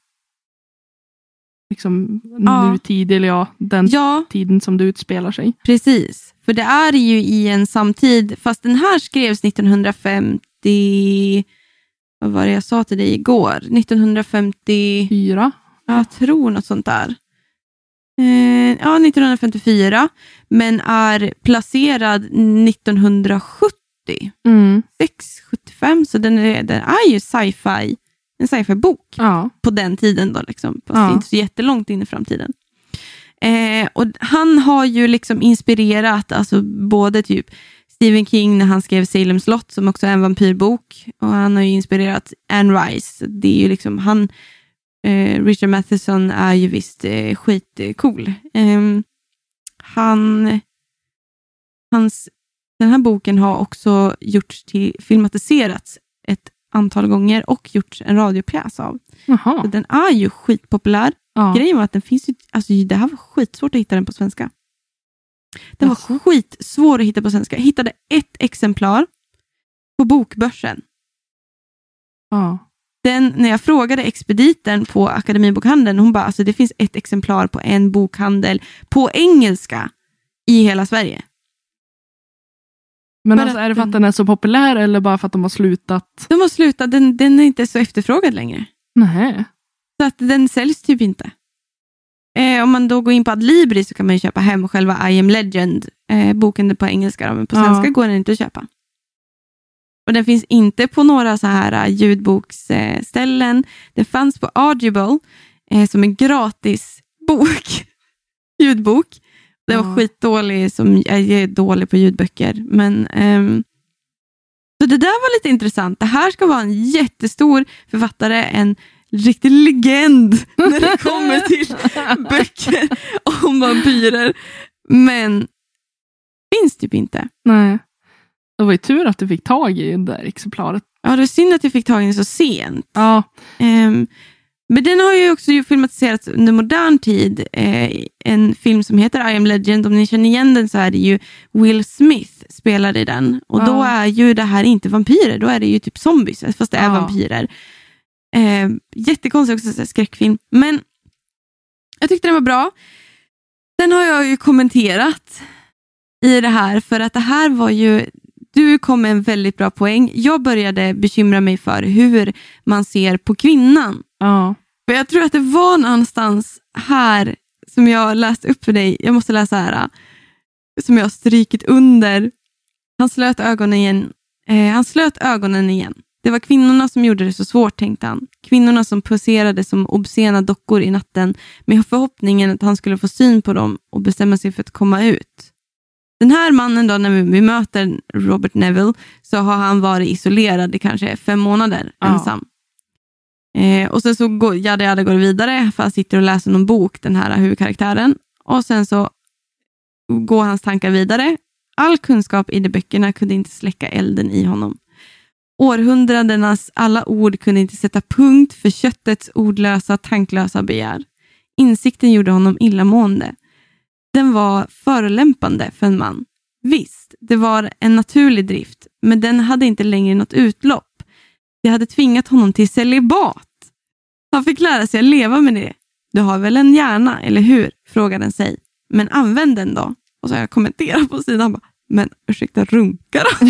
liksom nutid, eller den tiden som det utspelar sig. Precis, för det är ju i en samtid, fast den här skrevs 1950, vad var det jag sa till dig igår? 1954? Jag tror något sånt där. 1954, men är placerad 1970. 675, så den är ju sci-fi, en sci-fi-bok på den tiden då liksom, fast inte så jättelångt in i framtiden. Och han har ju liksom inspirerat alltså både typ Stephen King när han skrev Salem slott, som också är en vampyrbok, och han har ju inspirerat Anne Rice. Det är ju liksom Richard Matheson är ju visst skitcool. Den här boken har också filmatiserats ett antal gånger och gjorts en radiopjäs av. Så den är ju skitpopulär. Grejen var att den finns ju, alltså det här var skitsvårt att hitta den på svenska. Den var skitsvår att hitta på svenska. Jag hittade ett exemplar på Bokbörsen. När jag frågade expediten på Akademibokhandeln, hon bara, alltså det finns ett exemplar på en bokhandel på engelska i hela Sverige. Men alltså, är det för att den är så populär eller bara för att de har slutat? De har slutat, den är inte så efterfrågad längre. Nej. Så att den säljs typ inte. Om man då går in på Adlibri så kan man ju köpa hem själva I Am Legend, boken på engelska, men på svenska går den inte att köpa. Och den finns inte på några så här ljudboksställen. Det fanns på Audible som en gratis ljudbok. Det var skitdålig, jag är dålig på ljudböcker. Men så det där var lite intressant. Det här ska vara en jättestor författare, en riktig legend när det kommer till böcker om vampyrer. Men finns typ inte. Nej. Det var ju tur att du fick tag i det där exemplaret. Ja, det är synd att jag fick tag i den så sent. Men den har ju också filmatiserats under modern tid. En film som heter I Am Legend. Om ni känner igen den så är det ju Will Smith spelar i den. Och då är ju det här inte vampyrer. Då är det ju typ zombies, fast det är vampyrer. Jättekonstig också skräckfilm. Men jag tyckte den var bra. Den har jag ju kommenterat i det här. För att det här var ju... Du kom med en väldigt bra poäng. Jag började bekymra mig för hur man ser på kvinnan. Ja. För jag tror att det var någonstans här som jag läste upp för dig. Jag måste läsa här. Som jag har strykit under. Han slöt ögonen igen. Det var kvinnorna som gjorde det så svårt, tänkte han. Kvinnorna som poserade som obscena dockor i natten med förhoppningen att han skulle få syn på dem och bestämma sig för att komma ut. Den här mannen då, när vi möter Robert Neville, så har han varit isolerad i kanske 5 månader ensam. Och sen så går det vidare, för han sitter och läser någon bok, den här huvudkaraktären. Och sen så går hans tankar vidare. All kunskap i de böckerna kunde inte släcka elden i honom. Århundradenas alla ord kunde inte sätta punkt för köttets ordlösa, tanklösa begär. Insikten gjorde honom illamående. Den var förolämpande för en man. Visst, det var en naturlig drift, men den hade inte längre något utlopp. Det hade tvingat honom till celibat. Han fick lära sig att leva med det. Du har väl en hjärna, eller hur? Frågade den sig. Men använd den då. Och så har jag kommenterat på sidan. Bara, men ursäkta, runka då?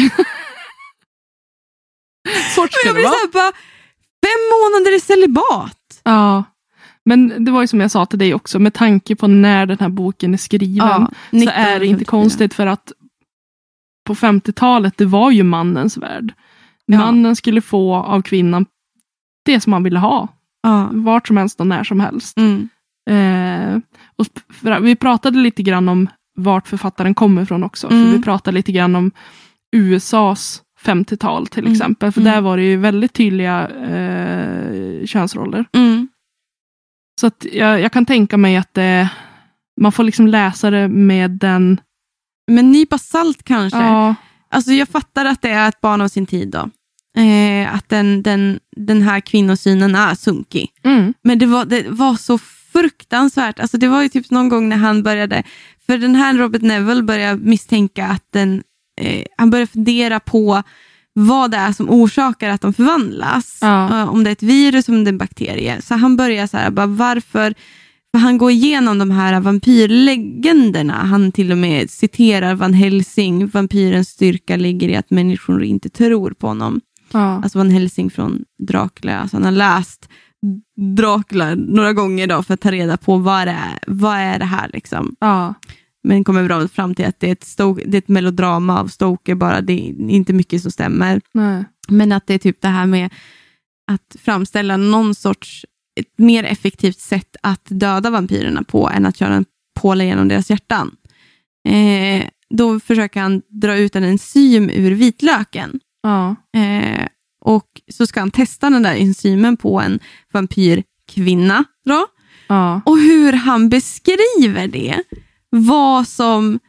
Svårt ska det vara. Bara, 5 månader i celibat. Ja. Men det var ju som jag sa till dig också, med tanke på när den här boken är skriven, så är det inte konstigt, för att på 50-talet, det var ju mannens värld. Ja. Mannen skulle få av kvinnan det som han ville ha. Ja. Vart som helst och när som helst. Och vi pratade lite grann om vart författaren kommer ifrån också. För vi pratade lite grann om USAs 50-tal till exempel. För där var det ju väldigt tydliga könsroller. Så att jag kan tänka mig att man får liksom läsa det med den... Men nypa salt kanske. Ja. Alltså jag fattar att det är ett barn av sin tid då. Att den här kvinnosynen är sunkig. Men det var så fruktansvärt. Alltså det var ju typ någon gång när han började... För den här Robert Neville började misstänka att han började fundera på vad det är som orsakar att de förvandlas. Om det är ett virus, om det är en bakterie. Så han börjar så här, bara varför... För han går igenom de här vampyrlegenderna. Han till och med citerar Van Helsing. Vampyrens styrka ligger i att människor inte tror på honom. Alltså Van Helsing från Dracula. Alltså han har läst Dracula några gånger då för att ta reda på vad är det här liksom. Men kommer fram till att det är ett melodrama av Stoker bara. Det är inte mycket som stämmer. Nej. Men att det är typ det här med att framställa någon sorts ett mer effektivt sätt att döda vampyrerna på än att köra en påle genom deras hjärtan. Då försöker han dra ut en enzym ur vitlöken. Och så ska han testa den där enzymen på en vampyrkvinna då. Och hur han beskriver det, vad som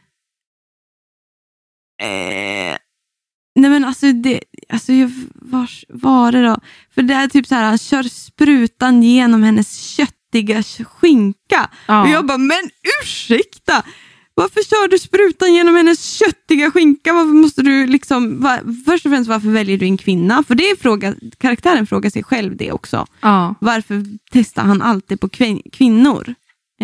nej men alltså var det då? För det är typ så här, han kör sprutan genom hennes köttiga skinka. Och jag bara, men ursäkta! Varför kör du sprutan genom hennes köttiga skinka? Varför måste du liksom... Först och främst, varför väljer du en kvinna? För det är karaktären frågar sig själv det också. Varför testar han alltid på kvinnor?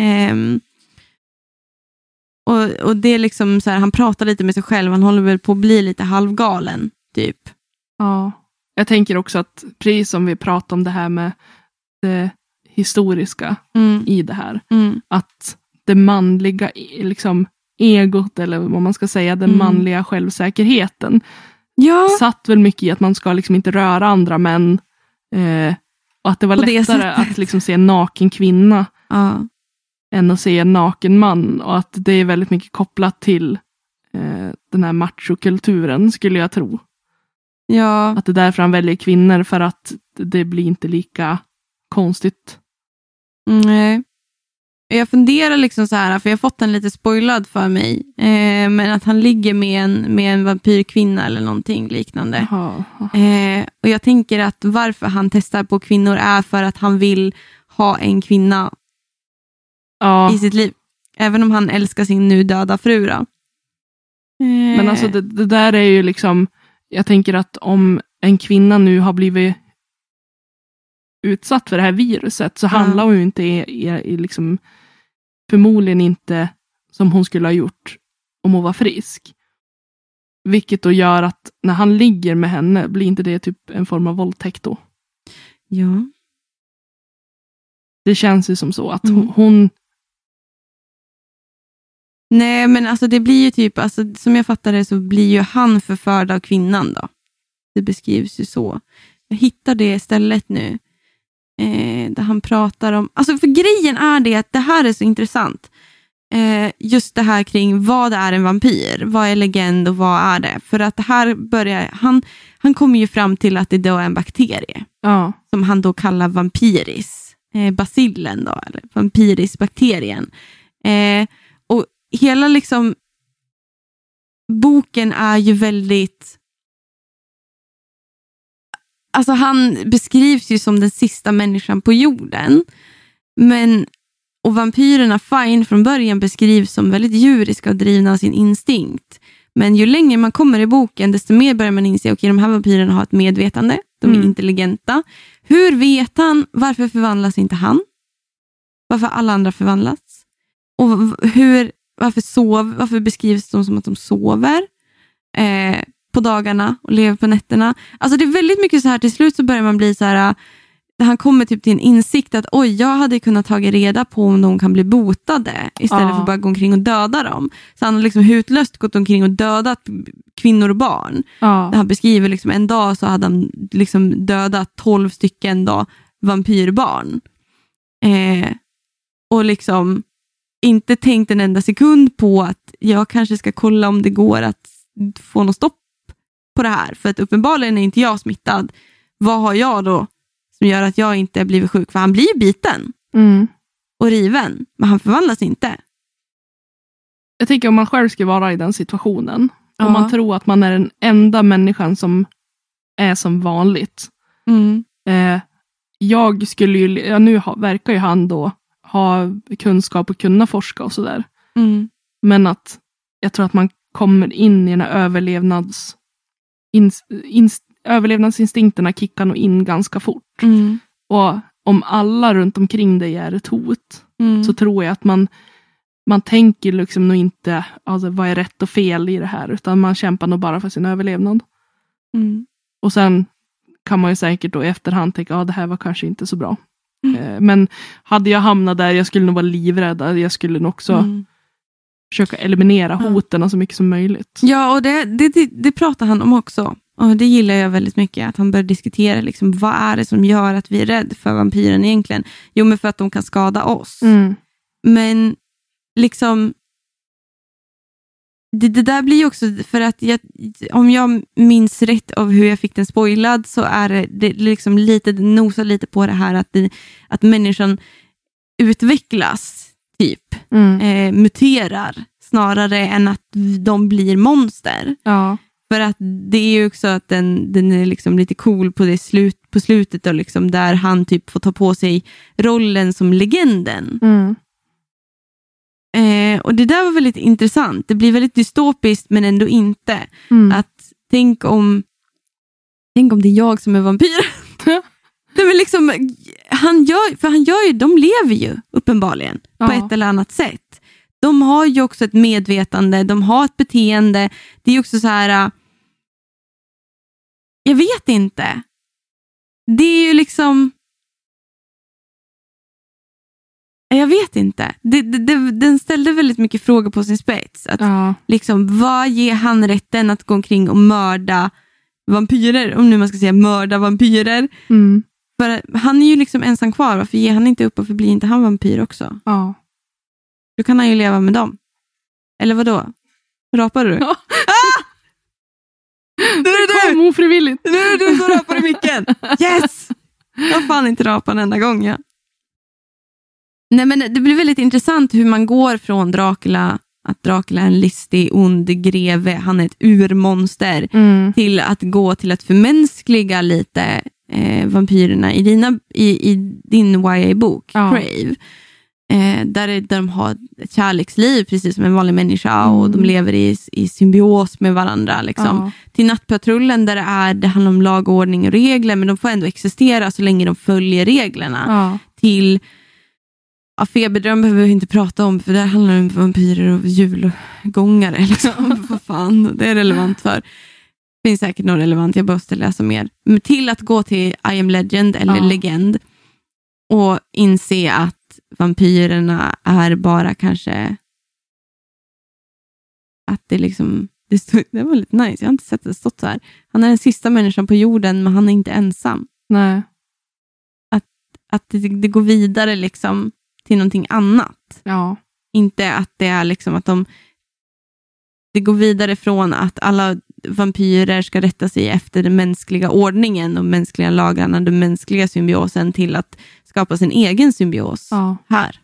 Och det är liksom så här, han pratar lite med sig själv. Han håller väl på att bli lite halvgalen, typ. Ja, jag tänker också att precis som vi pratar om det här med det historiska i det här. Att det manliga liksom egot, eller vad man ska säga, den manliga självsäkerheten satt väl mycket i att man ska liksom inte röra andra män. Och att det var lättare att liksom se en naken kvinna än att se en naken man. Och att det är väldigt mycket kopplat till den här machokulturen, skulle jag tro. Ja. Att det är därför han väljer kvinnor, för att det blir inte lika konstigt. Nej. Jag funderar liksom så här, för jag har fått den lite spoilad för mig. Men att han ligger med en vampyrkvinna eller någonting liknande. Och jag tänker att varför han testar på kvinnor är för att han vill ha en kvinna i sitt liv. Även om han älskar sin nu döda fru då. Men alltså det där är ju liksom, jag tänker att om en kvinna nu har blivit utsatt för det här viruset så handlar hon ju inte liksom, förmodligen inte som hon skulle ha gjort om hon var frisk. Vilket då gör att när han ligger med henne blir inte det typ en form av våldtäkt då? Ja. Det känns ju som så att hon... Nej, men alltså det blir ju typ, alltså, som jag fattar det så blir ju han förförd av kvinnan då. Det beskrivs ju så. Jag hittar det istället nu. Där han pratar om... Alltså för grejen är det att det här är så intressant. Just det här kring vad är en vampyr? Vad är legend och vad är det? För att det här börjar... Han kommer ju fram till att det då är en bakterie. Ja. Som han då kallar vampyris. Bacillen då, eller vampyris-bakterien. Och hela liksom... Boken är ju väldigt... Alltså han beskrivs ju som den sista människan på jorden. Och vampyrerna fine från början beskrivs som väldigt djuriska och drivna av sin instinkt. Men ju längre man kommer i boken desto mer börjar man inse att de här vampyrerna har ett medvetande. De är intelligenta. Hur vet han? Varför förvandlas inte han? Varför alla andra förvandlas? Och varför beskrivs de som att de sover på dagarna och lever på nätterna? Alltså det är väldigt mycket så här, till slut så börjar man bli så här, han kommer typ till en insikt att jag hade kunnat ta reda på om de kan bli botade istället för att bara gå omkring och döda dem. Så han har liksom hutlöst gått omkring och dödat kvinnor och barn. Han beskriver liksom en dag så hade han liksom dödat 12 stycken då, vampyrbarn. Och liksom inte tänkt en enda sekund på att jag kanske ska kolla om det går att få något stopp på det här. För att uppenbarligen är inte jag smittad. Vad har jag då som gör att jag inte blivit sjuk? För han blir ju biten och riven. Men han förvandlas inte. Jag tänker om man själv ska vara i den situationen. Om man tror att man är den enda människan som är som vanligt. Jag skulle ju, nu verkar ju han då ha kunskap och kunna forska och sådär. Men att jag tror att man kommer in i den här överlevnadsinstinkterna kickar nog in ganska fort. Och om alla runt omkring dig är ett hot så tror jag att man tänker liksom nog inte alltså, vad är rätt och fel i det här, utan man kämpar nog bara för sin överlevnad. Och sen kan man ju säkert då i efterhand tänka det här var kanske inte så bra. Men hade jag hamnat där, jag skulle nog vara livrädd. Jag skulle nog också försöka eliminera hoten så mycket som möjligt. Ja, och det pratar han om också. Och det gillar jag väldigt mycket. Att han börjar diskutera liksom, vad är det som gör att vi är rädda för vampyren egentligen? Jo, men för att de kan skada oss. Men liksom det där blir ju också för att om jag minns rätt av hur jag fick den spoilad så är det liksom lite, nosar lite på det här att människan utvecklas typ, muterar snarare än att de blir monster. Ja. För att det är ju också att den är liksom lite cool på slutet då, liksom, där han typ får ta på sig rollen som legenden. Och det där var väldigt intressant. Det blir väldigt dystopiskt men ändå inte. Att tänk om det är jag som är vampyr. Det är liksom, de lever ju uppenbarligen på ett eller annat sätt. De har ju också ett medvetande, de har ett beteende. Det är också så här, jag vet inte. Det är ju liksom, jag vet inte. Den ställde väldigt mycket frågor på sin spets. Att liksom, vad ger han rätten att gå omkring och mörda vampyrer? Om nu man ska säga mörda vampyrer. För han är ju liksom ensam kvar. Varför ger han inte upp och förblir inte han vampyr också? Ja. Då kan han ju leva med dem. Eller vad då? Rapar du? Ja. Nu är det kom ofrivilligt. Nu är det du som rapar i micken. Yes! Jag fan inte rapa en enda gång. Ja. Nej, men det blir väldigt intressant hur man går från Dracula, att Dracula är en listig, ond greve, han är ett urmonster, till att gå till att förmänskliga lite vampyrerna i din YA-bok, Crave. Där de har ett kärleksliv precis som en vanlig människa och de lever i symbios med varandra. Liksom. Till Nattpatrullen där det handlar om lag, ordning och regler, men de får ändå existera så länge de följer reglerna. Till Feberdröm behöver vi inte prata om, för där handlar det om vampyrer och julgångare. Liksom. Vad fan, det är relevant för. Det finns säkert något relevant, jag måste läsa mer. Men till att gå till I Am Legend eller Legend och inse att vampyrerna är bara kanske att det liksom det var lite nice, jag har inte sett det stått så här. Han är den sista människan på jorden, men han är inte ensam. Nej. Att det går vidare liksom till någonting annat. Ja. Inte att det är liksom att det går vidare från att alla vampyrer ska rätta sig efter den mänskliga ordningen, de mänskliga lagarna, den mänskliga symbiosen, till att skapa sin egen symbios här.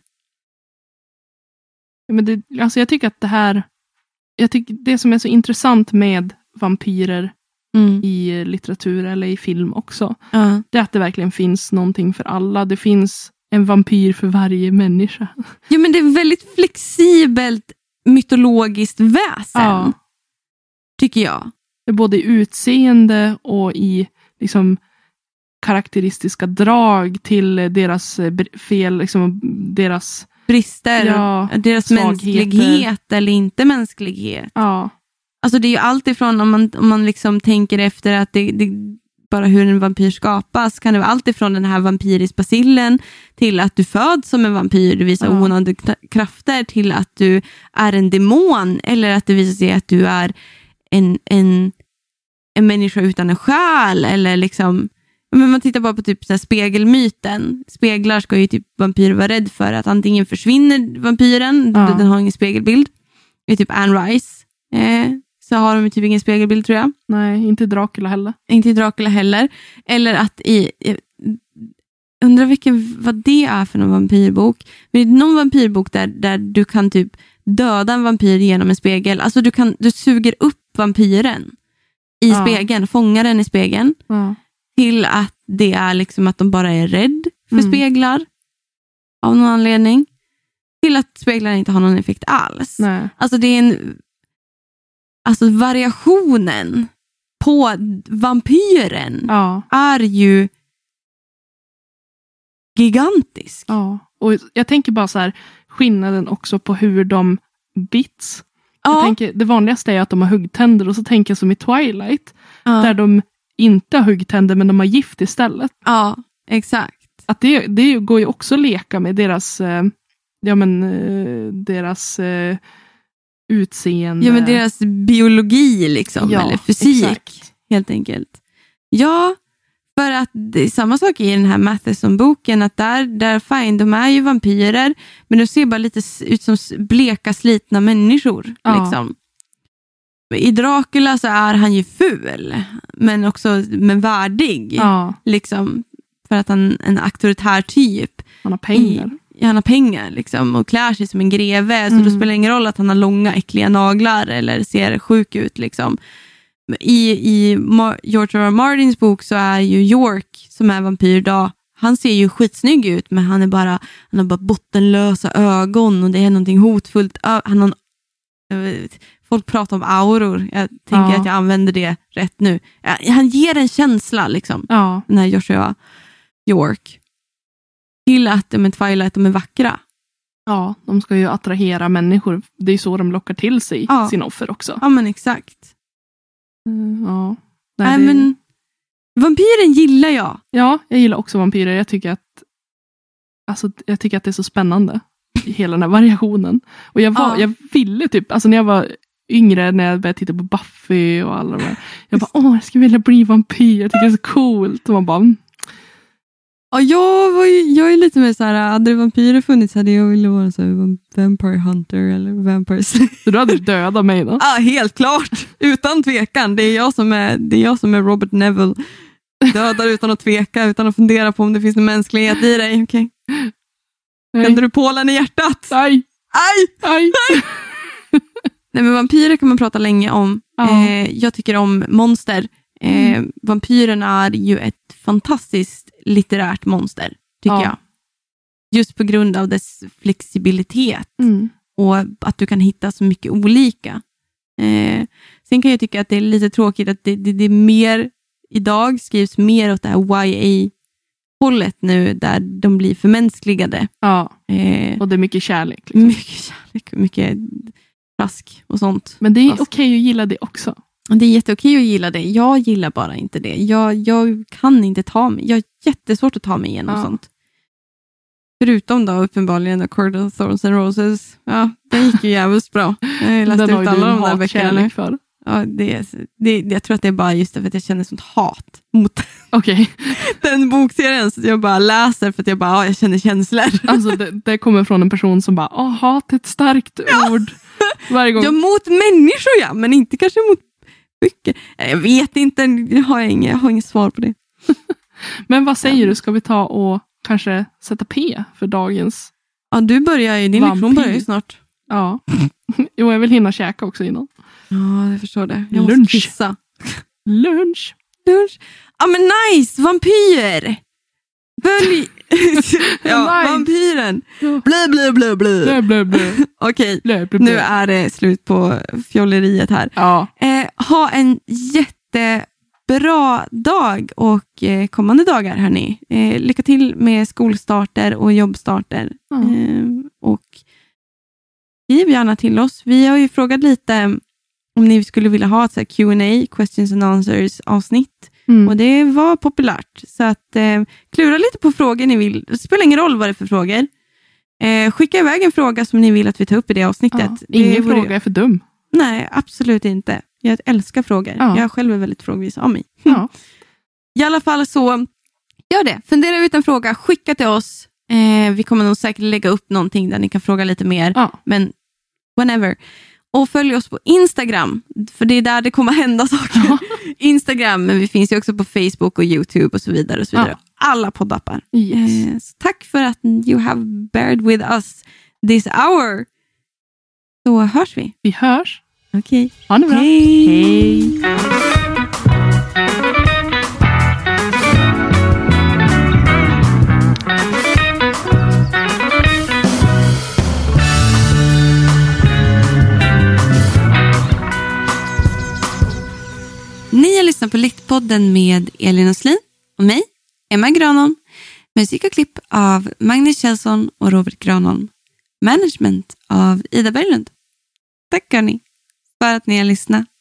Ja, men jag tycker att det som är så intressant med vampyrer i litteratur eller i film också, det är att det verkligen finns någonting för alla. Det finns en vampyr för varje människa. Ja, men det är väldigt flexibelt mytologiskt väsen, tycker jag. Både i utseende och i liksom karaktäristiska drag till deras fel, liksom deras brister, deras mänsklighet eller inte mänsklighet. Ja. Alltså det är ju allt ifrån om man liksom tänker efter att det bara hur en vampyr skapas, kan det vara allt ifrån den här vampyrisbacillen till att du föds som en vampyr, du visar oanade krafter, till att du är en demon, eller att det visar sig att du är en människa utan en själ, eller liksom, men man tittar bara på typ så här spegelmyten. Speglar ska ju typ vampyrer vara rädd för, att antingen försvinner vampyren, den har ingen spegelbild. Det är typ Anne Rice. Så har de typ ingen spegelbild, tror jag. Nej, inte Dracula heller. Inte Dracula heller. Eller att undrar vad det är för någon vampyrbok. Men det är någon vampyrbok där du kan typ döda en vampyr genom en spegel. Alltså du suger upp vampyren i spegeln, fångar den i spegeln. Till att det är liksom att de bara är rädd för speglar av någon anledning. Till att speglar inte har någon effekt alls. Nej. Alltså det är alltså variationen på vampyren är ju gigantisk. Ja, och jag tänker bara så här, skillnaden också på hur de bits. Jag tänker, det vanligaste är att de har huggtänder, och så tänker jag som i Twilight, där de inte har huggtänder men de har gift istället. Ja, exakt. Att det går ju också att leka med deras deras utseende. Ja, men deras biologi liksom, eller fysik, exakt. Helt enkelt. Ja, för att det är samma sak i den här Matheson-boken, att där fine, de är ju vampyrer, men de ser bara lite ut som bleka, slitna människor. Liksom. I Dracula så är han ju ful, men också värdig. Liksom, för att han är en auktoritär typ. Han har pengar. Han har pengar liksom, och klär sig som en greve, så då spelar det ingen roll att han har långa äckliga naglar eller ser sjuk ut liksom. I George R. R. Martins bok så är ju York, som är vampyr då, han ser ju skitsnygg ut, men han har bara bottenlösa ögon och det är någonting hotfullt. Folk pratar om auror. Jag tänker att jag använder det rätt nu. Han ger en känsla liksom. Den här Joshua York. Till att Twilight, de är vackra. Ja, de ska ju attrahera människor. Det är så de lockar till sig sin offer också. Ja, men exakt. Nej, men vampyren gillar jag. Ja, jag gillar också vampyrer. Jag tycker att det är så spännande, hela den här variationen. Och jag ville typ, alltså när jag var yngre, när jag började titta på Buffy och alla de där, jag bara, jag skulle vilja bli vampyr. Jag tycker det är så coolt. Och man bara... Ja, jag är lite mer så här, hade det vampyrer funnits hade jag velat vara så här, vampire hunter eller vampire slayer. Så du hade dödat mig då? Ja, helt klart. Utan tvekan. Det är jag som är Robert Neville. Dödar utan att tveka, utan att fundera på om det finns någon mänsklighet i dig. Okej. Vänder du pålen i hjärtat? Aj! Nej, men vampyrer kan man prata länge om. Jag tycker om monster. Vampyren är ju ett fantastiskt litterärt monster, tycker jag. Just på grund av dess flexibilitet och att du kan hitta så mycket olika. Sen kan jag tycka att det är lite tråkigt att det är mer, idag skrivs mer åt det här YA-hållet nu, där de blir förmänskligade. Ja, och det är mycket kärlek. Liksom. Mycket kärlek, mycket plask och sånt. Men det är okej att gilla det också. Det är jätteokej att gilla det. Jag gillar bara inte det. Jag kan inte ta mig. Jag har jättesvårt att ta mig igenom sånt. Förutom då uppenbarligen A Court of Thorns and Roses. Ja, den gick ju jävligt bra. Jag läste ut alla de där böckerna för. Ja, jag tror att det är bara just för att jag känner sånt hat mot den bokserien. Så jag bara läser för att jag känner känslor. Alltså det kommer från en person som bara, hat är ett starkt ord. Varje gång. Ja, mot människor men inte kanske mot böcker. Jag vet inte, jag har inget svar på det. Men vad säger du, ska vi ta och kanske sätta P för dagens? Ja, du börjar ju, din lektion börjar ju snart. Ja, jo, jag vill hinna käka också innan. Ja, jag förstår det. Jag måste kissa. Lunch. Ja, men nice, vampyr. Vampyren. Blö. Okej, nu är det slut på fjolleriet här. Ja. Ha en jättebra dag och kommande dagar, hörni. Lycka till med skolstarter och jobbstarter. Och skriv gärna till oss. Vi har ju frågat lite om ni skulle vilja ha ett så här Q&A, questions and answers avsnitt. Och det var populärt. Så att klura lite på frågor ni vill. Det spelar ingen roll vad det är för frågor. Skicka iväg en fråga som ni vill att vi tar upp i det avsnittet. Ingen fråga är för dum. Nej, absolut inte. Jag älskar frågor. Jag själv är väldigt frågvis av mig. I alla fall så, gör det. Fundera ut en fråga, skicka till oss. Vi kommer nog säkert lägga upp någonting där ni kan fråga lite mer. Men whenever. Och följ oss på Instagram, för det är där det kommer hända saker. Instagram, men vi finns ju också på Facebook och YouTube och så vidare. Och så vidare. Alla poddappar. Yes. Tack för att you have bared with us this hour. Så hörs vi. Vi hörs. Okej. Ha det bra. Hej. Ni har lyssnat på Littpodden med Elin Åslin och mig, Emma Granholm. Musik och klipp av Magnus Kjellson och Robert Granholm. Management av Ida Berglund. Tack hörni för att ni har lyssnat.